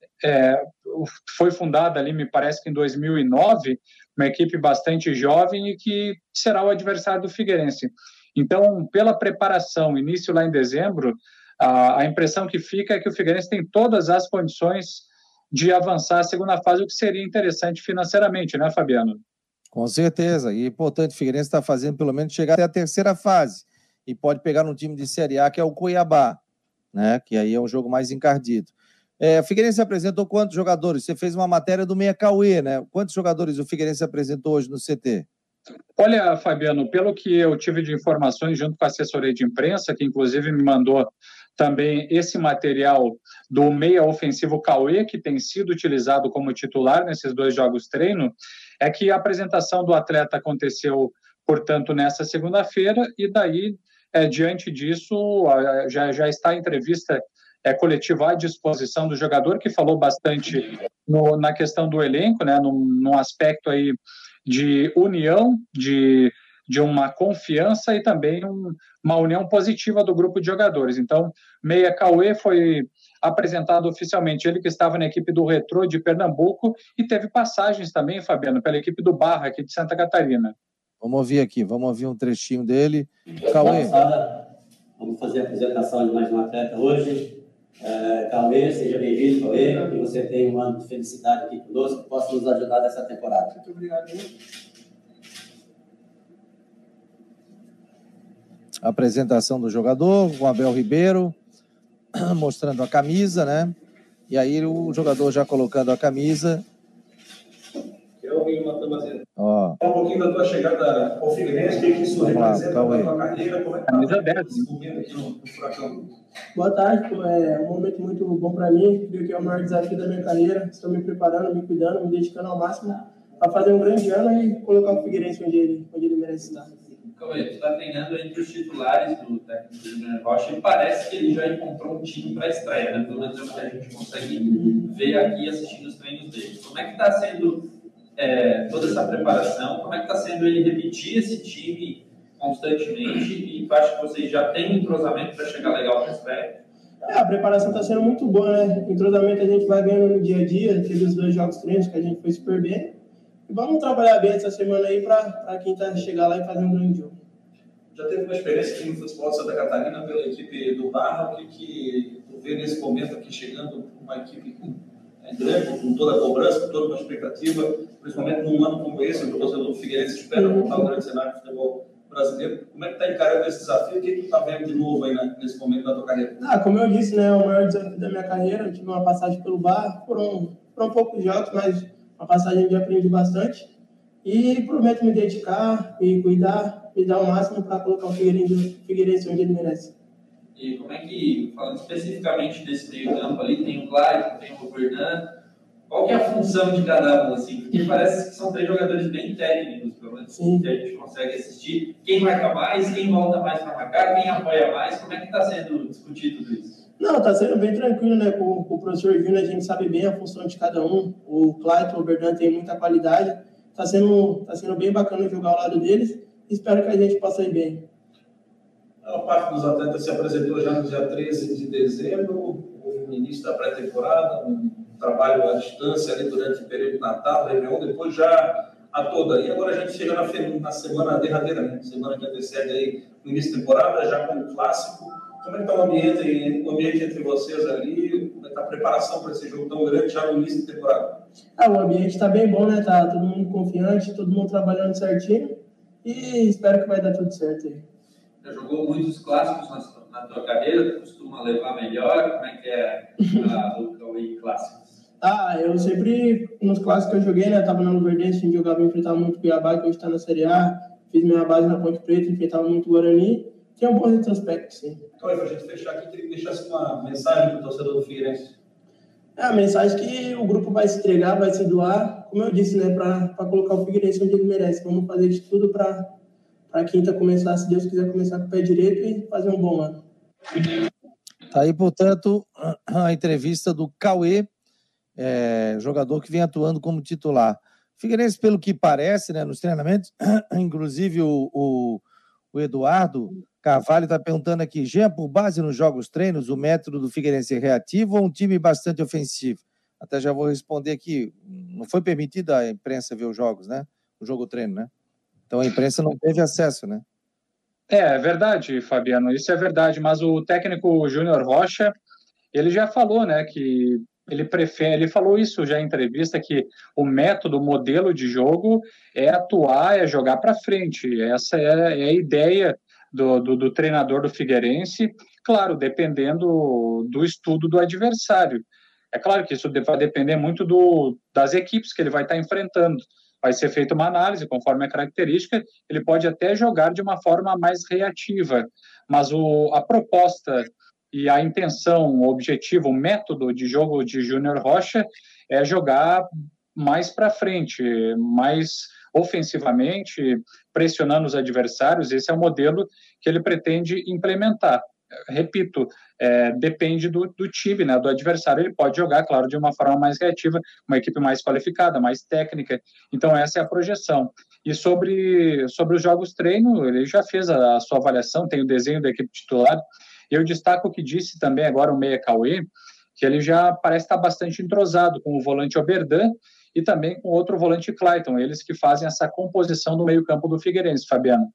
é, foi fundada ali, me parece que em dois mil e nove, uma equipe bastante jovem e que será o adversário do Figueirense. Então, pela preparação, início lá em dezembro, a, a impressão que fica é que o Figueirense tem todas as condições de avançar a segunda fase, o que seria interessante financeiramente, né, Fabiano? Com certeza, e é importante, o Figueirense está fazendo pelo menos chegar até a terceira fase, e pode pegar um time de Série A, que é o Cuiabá, né, que aí é um jogo mais encardido. É, o Figueirense apresentou quantos jogadores? Você fez uma matéria do Meia Cauê, né? Quantos jogadores o Figueirense apresentou hoje no C T? Olha, Fabiano, pelo que eu tive de informações junto com a assessoria de imprensa, que inclusive me mandou também esse material do meia ofensivo Cauê, que tem sido utilizado como titular nesses dois jogos treino, é que a apresentação do atleta aconteceu, portanto, nessa segunda-feira, e daí, é, diante disso, já, já está a entrevista é, coletiva à disposição do jogador, que falou bastante no, na questão do elenco, né, num, num aspecto aí de união, de, de uma confiança e também um, uma união positiva do grupo de jogadores. Então, Meia Cauê foi apresentado oficialmente, ele que estava na equipe do Retrô de Pernambuco e teve passagens também, Fabiano, pela equipe do Barra, aqui de Santa Catarina. Vamos ouvir aqui, vamos ouvir um trechinho dele. Cauê. Vamos fazer a apresentação de mais um atleta hoje. É, Cauê, seja bem-vindo, Cauê, que você tenha um ano de felicidade aqui conosco, que possa nos ajudar nessa temporada. Muito obrigado. A apresentação do jogador, o Abel Ribeiro, mostrando a camisa, né? E aí o jogador já colocando a camisa. Eu ouvi uma turma Ó. Um pouquinho da tua chegada ao Figueirense, o que isso representa na tua carreira, como é que está esse momento aqui no, no Furacão? Boa tarde, pô. É um momento muito bom para mim, creio que é o maior desafio da minha carreira. Estou me preparando, me cuidando, me dedicando ao máximo para fazer um grande ano e colocar o Figueirense onde ele, onde ele merece estar. Cauê, tu está treinando entre os titulares do técnico Júnior Rocha e parece que ele já encontrou um time para a estreia, né? Pelo menos é o que a gente consegue ver aqui assistindo os treinos dele. Como é que está sendo é, toda essa preparação? Como é que está sendo ele repetir esse time constantemente? E tu acha que vocês já têm um entrosamento para chegar legal para a estreia? É, a preparação está sendo muito boa, né? O entrosamento a gente vai ganhando no dia a dia, teve os dois jogos treinos que a gente foi super bem. E vamos trabalhar bem essa semana aí para quem tá chegar lá e fazer um grande jogo. Já teve uma experiência aqui no futebol de Santa Catarina pela equipe do Barra, o que, que tu vê nesse momento aqui chegando uma equipe com, é, grande, com toda a cobrança, com toda uma expectativa, principalmente num ano como esse, o torcedor do Figueirense espera montar um grande cenário de futebol brasileiro. Como é que está encarando esse desafio? O que, que tu está vendo de novo aí, né, nesse momento da tua carreira? Ah, como eu disse, né, é o maior desafio da minha carreira. Eu tive uma passagem pelo Barra, foram, foram poucos jogos, mas uma passagem que eu aprendi bastante. E prometo me dedicar, me cuidar, me dar o máximo para colocar o Figueirense, Figueirense onde ele merece. E como é que, falando especificamente desse meio campo ali, tem o Clyde, tem o Fernando, qual que é a função de cada um, assim? Porque parece que são três jogadores bem técnicos, pelo menos, Sim. que a gente consegue assistir. Quem marca mais, quem volta mais para marcar, quem apoia mais, como é que está sendo discutido tudo isso? Não, está sendo bem tranquilo, né? Com, com o professor Júnior, a gente sabe bem a função de cada um. O Clyde, o Bernardo tem muita qualidade. Está sendo, tá sendo bem bacana jogar ao lado deles. Espero que a gente possa ir bem. A parte dos atletas se apresentou já no dia treze de dezembro, no início da pré-temporada, um trabalho à distância ali durante o período de Natal, Réveillon, depois já a toda. E agora a gente chega na, na semana derradeira, né? Semana que antecede aí no início da temporada, já com o clássico. Como é que está o ambiente, o ambiente entre vocês ali? Como é que está a preparação para esse jogo tão grande já no início da temporada? Ah, o ambiente está bem bom, né? Tá todo mundo confiante, todo mundo trabalhando certinho e espero que vai dar tudo certo aí. Já jogou muitos clássicos na, na tua carreira? Costuma levar melhor? Como é que é a, o Cauê clássicos? Ah, eu sempre, nos clássicos que eu joguei, né, tava na Luverdense, a gente jogava e enfrentava muito o Cuiabá, que hoje está na Série A, fiz minha base na Ponte Preta, enfrentava muito o Guarani, tinha um bom retrospecto, sim. Cauê, para a gente fechar aqui, queria que deixasse uma mensagem para o torcedor do Figueirense. É a mensagem que o grupo vai se entregar, vai se doar, como eu disse, né, para colocar o Figueirense onde ele merece. Vamos fazer de tudo para a quinta começar, se Deus quiser, começar com o pé direito e fazer um bom ano. Tá aí, portanto, a entrevista do Cauê, é, jogador que vem atuando como titular. Figueirense, pelo que parece, né, nos treinamentos, inclusive o, o, o Eduardo Carvalho está perguntando aqui, Jean, por base nos jogos treinos, o método do Figueirense é reativo ou um time bastante ofensivo? Até já vou responder aqui, não foi permitido a imprensa ver os jogos, né? O jogo treino, né? Então a imprensa não teve acesso, né? É, é verdade, Fabiano, isso é verdade, mas o técnico Júnior Rocha, ele já falou, né, que ele prefere, ele falou isso já em entrevista, que o método, o modelo de jogo é atuar, é jogar para frente, essa é, é a ideia Do, do, do treinador do Figueirense, claro, dependendo do estudo do adversário. É claro que isso vai depender muito do, das equipes que ele vai estar enfrentando. Vai ser feita uma análise, conforme a característica, ele pode até jogar de uma forma mais reativa, mas o, a proposta e a intenção, o objetivo, o método de jogo de Júnior Rocha é jogar mais para frente, mais ofensivamente, pressionando os adversários. Esse é o modelo que ele pretende implementar. Repito, é, depende do, do time, né, do adversário. Ele pode jogar, claro, de uma forma mais reativa, uma equipe mais qualificada, mais técnica. Então, essa é a projeção. E sobre, sobre os jogos treino, ele já fez a, a sua avaliação, tem o desenho da equipe titular. Eu destaco o que disse também agora o Meia Cauê, que ele já parece estar bastante entrosado com o volante Oberdan e também com outro volante Clayton, eles que fazem essa composição do meio-campo do Figueirense, Fabiano.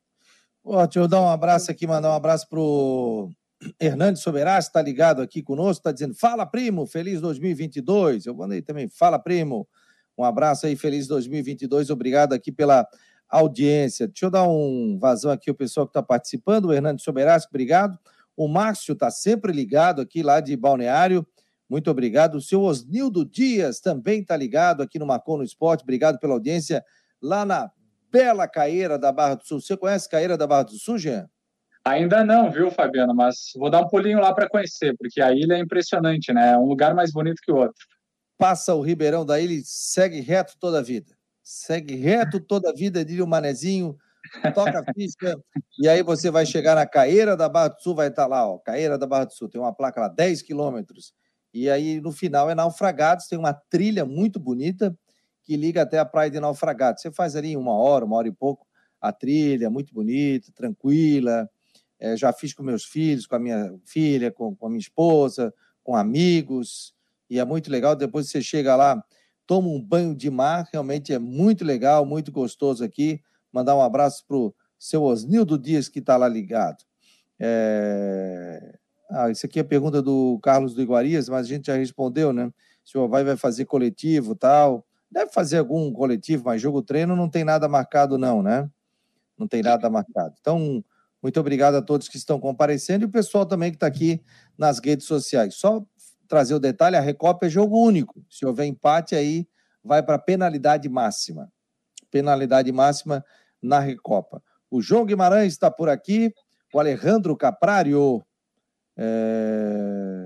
Ó, deixa eu dar um abraço aqui, mandar um abraço pro Hernandes Soberassi, está ligado aqui conosco, está dizendo, fala primo, feliz dois mil e vinte e dois, eu mandei também, fala primo, um abraço aí, feliz dois mil e vinte e dois, obrigado aqui pela audiência. Deixa eu dar um vazão aqui, o pessoal que está participando, o Hernandes Soberassi, obrigado, o Márcio está sempre ligado aqui lá de Balneário, muito obrigado. O seu Osnildo Dias também está ligado aqui no Marcou no Esporte. Obrigado pela audiência lá na bela Caeira da Barra do Sul. Você conhece Caeira da Barra do Sul, Jean? Ainda não, viu, Fabiano? Mas vou dar um pulinho lá para conhecer, porque a ilha é impressionante, né? É um lugar mais bonito que o outro. Passa o Ribeirão da ilha e segue reto toda a vida. Segue reto toda a vida, diria o Manezinho, toca a física, e aí você vai chegar na Caeira da Barra do Sul, vai estar lá, ó, Caeira da Barra do Sul, tem uma placa lá, dez quilômetros. E aí, no final, é Naufragados, tem uma trilha muito bonita que liga até a praia de Naufragados. Você faz ali uma hora, uma hora e pouco, a trilha, muito bonita, tranquila. É, já fiz com meus filhos, com a minha filha, com, com a minha esposa, com amigos, e é muito legal. Depois você chega lá, toma um banho de mar, realmente é muito legal, muito gostoso aqui. Mandar um abraço para o seu Osnildo Dias, que está lá ligado. É... Ah, isso aqui é a pergunta do Carlos do Iguarias, mas a gente já respondeu, né? Se o Avaí vai fazer coletivo e tal. Deve fazer algum coletivo, mas jogo-treino não tem nada marcado não, né? Não tem nada marcado. Então, muito obrigado a todos que estão comparecendo e o pessoal também que está aqui nas redes sociais. Só trazer o detalhe, a Recopa é jogo único. Se houver empate, aí vai para penalidade máxima. Penalidade máxima na Recopa. O João Guimarães está por aqui, o Alejandro Caprário. É...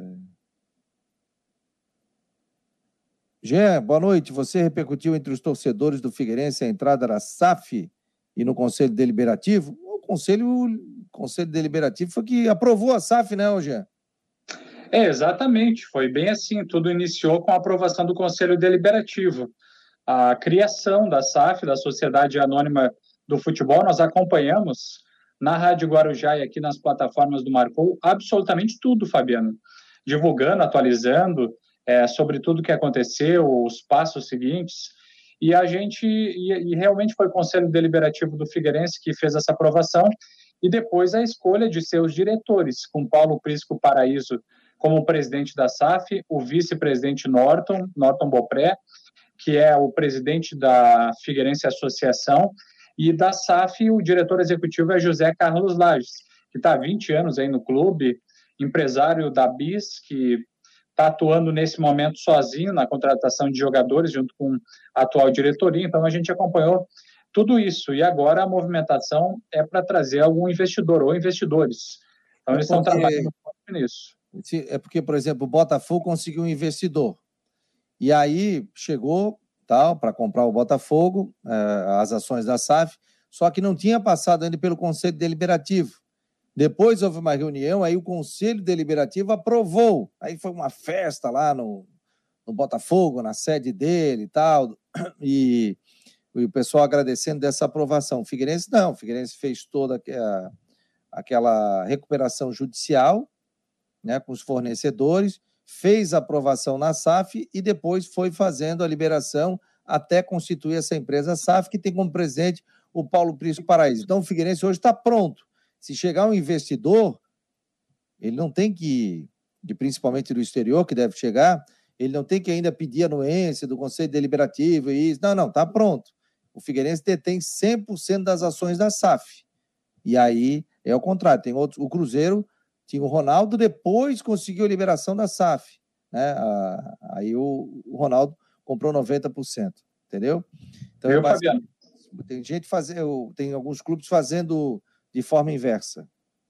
Jean, boa noite. Você repercutiu entre os torcedores do Figueirense a entrada da S A F e no Conselho Deliberativo? O Conselho, o Conselho Deliberativo foi que aprovou a S A F, né, Jean? É, exatamente. Foi bem assim. Tudo iniciou com a aprovação do Conselho Deliberativo. A criação da S A F, da Sociedade Anônima do Futebol, nós acompanhamos na Rádio Guarujá e aqui nas plataformas do Marcou, absolutamente tudo, Fabiano. Divulgando, atualizando é, sobre tudo que aconteceu, os passos seguintes. E a gente, e, e realmente foi o Conselho Deliberativo do Figueirense que fez essa aprovação, e depois a escolha de seus diretores, com Paulo Prisco Paraíso como presidente da S A F, o vice-presidente Norton, Norton Bopré, que é o presidente da Figueirense Associação, E da S A F, o diretor executivo é José Carlos Lages, que está há vinte anos aí no clube, empresário da Bis, que está atuando nesse momento sozinho na contratação de jogadores, junto com a atual diretoria. Então, a gente acompanhou tudo isso. E agora a movimentação é para trazer algum investidor ou investidores. Então, eles estão trabalhando forte nisso. É porque, por exemplo, o Botafogo conseguiu um investidor. E aí chegou tal para comprar o Botafogo, eh, as ações da S A F, só que não tinha passado ainda pelo Conselho Deliberativo. Depois houve uma reunião, aí o Conselho Deliberativo aprovou. Aí foi uma festa lá no, no Botafogo, na sede dele e tal, e, e o pessoal agradecendo dessa aprovação. O Figueirense não, o Figueirense fez toda a, aquela recuperação judicial, né, com os fornecedores, fez a aprovação na S A F e depois foi fazendo a liberação até constituir essa empresa S A F, que tem como presidente o Paulo Prisco Paraíso. Então o Figueirense hoje está pronto. Se chegar um investidor, ele não tem que, de, principalmente do exterior, que deve chegar, ele não tem que ainda pedir anuência do Conselho Deliberativo e isso. Não, não, está pronto. O Figueirense detém cem por cento das ações da S A F. E aí é o contrário. Tem outros, o Cruzeiro tinha o Ronaldo, depois conseguiu a liberação da S A F. Né? Aí o, o Ronaldo comprou noventa por cento. Entendeu? Então, Eu, é mais, Fabiano. Tem gente fazendo, tem alguns clubes fazendo de forma inversa.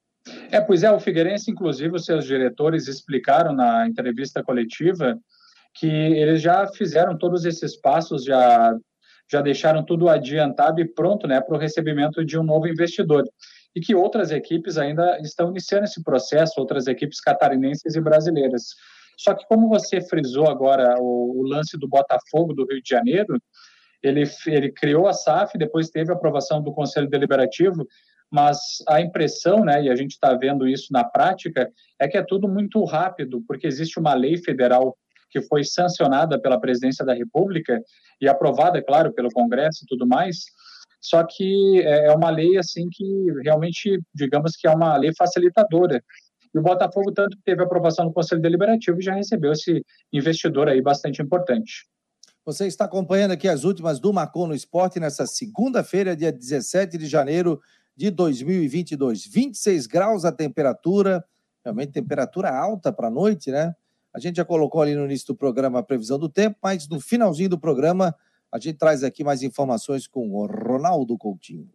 É, pois é, o Figueirense, inclusive, os seus diretores explicaram na entrevista coletiva que eles já fizeram todos esses passos, já, já deixaram tudo adiantado e pronto, né, para o recebimento de um novo investidor. E que outras equipes ainda estão iniciando esse processo, outras equipes catarinenses e brasileiras. Só que, como você frisou agora o, o lance do Botafogo do Rio de Janeiro, ele, ele criou a S A F, depois teve a aprovação do Conselho Deliberativo, mas a impressão, né, e a gente está vendo isso na prática, é que é tudo muito rápido, porque existe uma lei federal que foi sancionada pela Presidência da República e aprovada, claro, pelo Congresso e tudo mais, só que é uma lei assim que realmente, digamos que é uma lei facilitadora. E o Botafogo tanto teve aprovação no Conselho Deliberativo e já recebeu esse investidor aí bastante importante. Você está acompanhando aqui as últimas do Marcou no Esporte nessa segunda-feira, dia dezessete de janeiro de dois mil e vinte e dois. vinte e seis graus a temperatura, realmente temperatura alta para a noite, né? A gente já colocou ali no início do programa a previsão do tempo, mas no finalzinho do programa a gente traz aqui mais informações com o Ronaldo Coutinho.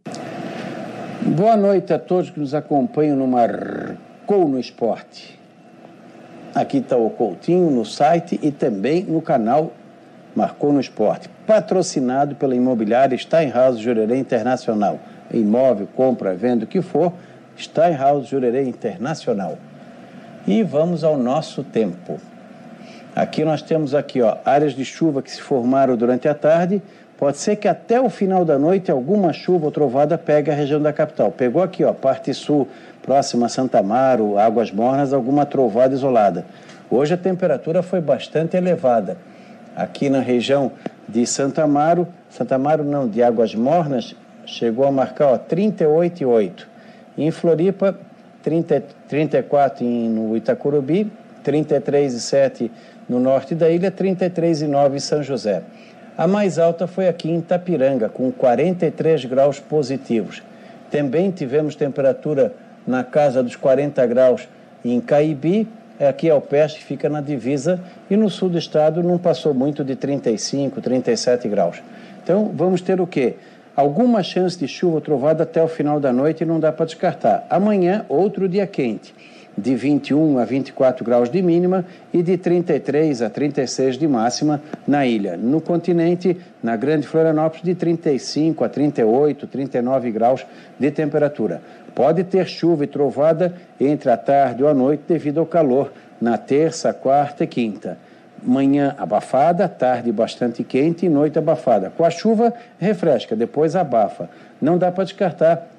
Boa noite a todos que nos acompanham no Marcou no Esporte. Aqui está o Coutinho no site e também no canal Marcou no Esporte, patrocinado pela imobiliária Steinhaus Jurerê Internacional. Imóvel, compra, venda, o que for, Steinhaus Jurerê Internacional. E vamos ao nosso tempo. Aqui nós temos aqui, ó, áreas de chuva que se formaram durante a tarde. Pode ser que até o final da noite alguma chuva ou trovada pegue a região da capital. Pegou aqui, ó, parte sul, próxima a Santa Amaro, Águas Mornas, alguma trovada isolada. Hoje a temperatura foi bastante elevada. Aqui na região de Santa Amaro, Santa Amaro não, de Águas Mornas, chegou a marcar, ó, trinta e oito vírgula oito. Em Floripa, trinta, trinta e quatro em, no Itacurubi, trinta e três vírgula sete no norte da ilha, trinta e três vírgula nove em São José. A mais alta foi aqui em Itapiranga, com quarenta e três graus positivos. Também tivemos temperatura na casa dos quarenta graus em Caibi, aqui ao peste, fica na divisa, e no sul do estado não passou muito de trinta e cinco, trinta e sete graus. Então, vamos ter o quê? Alguma chance de chuva ou trovada até o final da noite e não dá para descartar. Amanhã, outro dia quente, de vinte e um a vinte e quatro graus de mínima e de trinta e três a trinta e seis de máxima na ilha. No continente, na Grande Florianópolis, de trinta e cinco a trinta e oito, trinta e nove graus de temperatura. Pode ter chuva e trovada entre a tarde ou a noite devido ao calor na terça, quarta e quinta. Manhã abafada, tarde bastante quente e noite abafada. Com a chuva, refresca, depois abafa. Não dá para descartar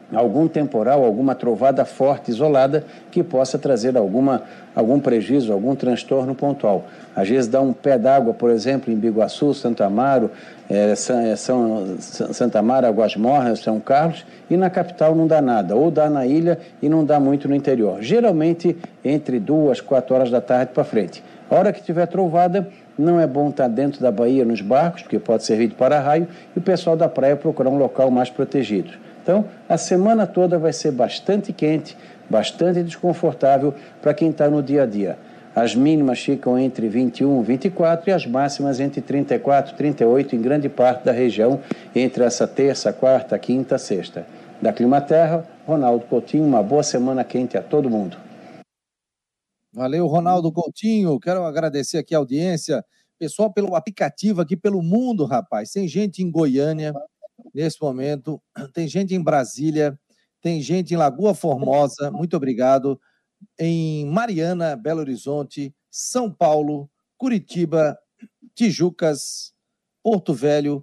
algum temporal, alguma trovada forte, isolada, que possa trazer alguma, algum prejuízo, algum transtorno pontual. Às vezes dá um pé d'água, por exemplo, em Biguaçu, Santo Amaro, é, São, São, Santa Amaro, Águas Mornas, São Carlos, e na capital não dá nada, ou dá na ilha e não dá muito no interior. Geralmente entre duas, quatro horas da tarde para frente. A hora que tiver trovada, não é bom estar dentro da baía nos barcos, porque pode servir de para-raio, e o pessoal da praia procurar um local mais protegido. Então, a semana toda vai ser bastante quente, bastante desconfortável para quem está no dia a dia. As mínimas ficam entre vinte e um e vinte e quatro e as máximas entre trinta e quatro e trinta e oito em grande parte da região, entre essa terça, quarta, quinta, sexta. Da Climaterra, Ronaldo Coutinho, uma boa semana quente a todo mundo. Valeu, Ronaldo Coutinho. Quero agradecer aqui a audiência. Pessoal, pelo aplicativo aqui pelo mundo, rapaz. Tem gente em Goiânia, nesse momento. Tem gente em Brasília. Tem gente em Lagoa Formosa. Muito obrigado. Em Mariana, Belo Horizonte, São Paulo, Curitiba, Tijucas, Porto Velho,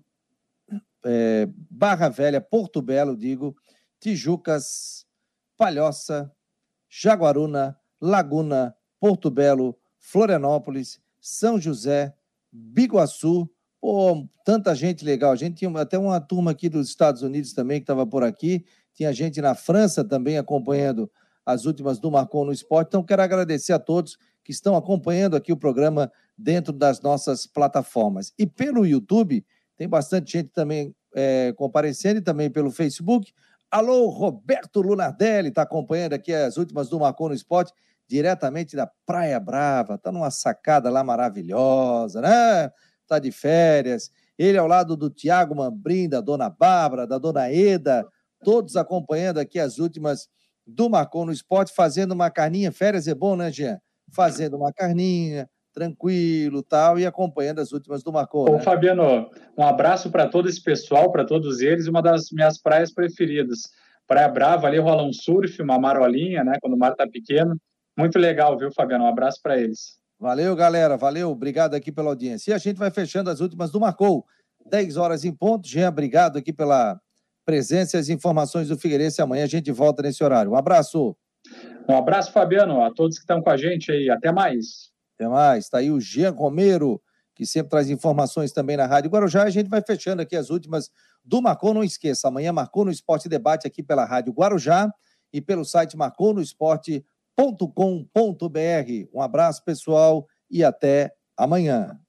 é, Barra Velha, Porto Belo, digo, Tijucas, Palhoça, Jaguaruna, Laguna, Porto Belo, Florianópolis, São José, Biguaçu. Pô, tanta gente legal. A gente tinha até uma turma aqui dos Estados Unidos também que estava por aqui. Tinha gente na França também acompanhando as últimas do Marcou no Esporte. Então, quero agradecer a todos que estão acompanhando aqui o programa dentro das nossas plataformas. E pelo YouTube, tem bastante gente também é, comparecendo, e também pelo Facebook. Alô, Roberto Lunardelli, está acompanhando aqui as últimas do Marcou no Esporte, diretamente da Praia Brava. Está numa sacada lá maravilhosa, né? Está de férias. Ele ao lado do Tiago Mambrim, da Dona Bárbara, da Dona Eda, todos acompanhando aqui as últimas do Marcou no Esporte, fazendo uma carninha. Férias é bom, né, Jean? Fazendo uma carninha, tranquilo, tal, e acompanhando as últimas do Marcou. Ô, né? Fabiano, um abraço para todo esse pessoal, para todos eles, uma das minhas praias preferidas. Praia Brava, ali rola um surf, uma marolinha, né, quando o mar tá pequeno. Muito legal, viu, Fabiano? Um abraço para eles. Valeu, galera, valeu, obrigado aqui pela audiência. E a gente vai fechando as últimas do Marcou, dez horas em ponto. Jean, obrigado aqui pela presença e as informações do Figueirense. Amanhã a gente volta nesse horário. Um abraço. Um abraço, Fabiano, a todos que estão com a gente aí. Até mais. Até mais. Está aí o Jean Romero, que sempre traz informações também na Rádio Guarujá. A gente vai fechando aqui as últimas do Marcou. Não esqueça, amanhã Marcou no Esporte Debate aqui pela Rádio Guarujá e pelo site marcou no esporte ponto com ponto br. Um abraço, pessoal, e até amanhã.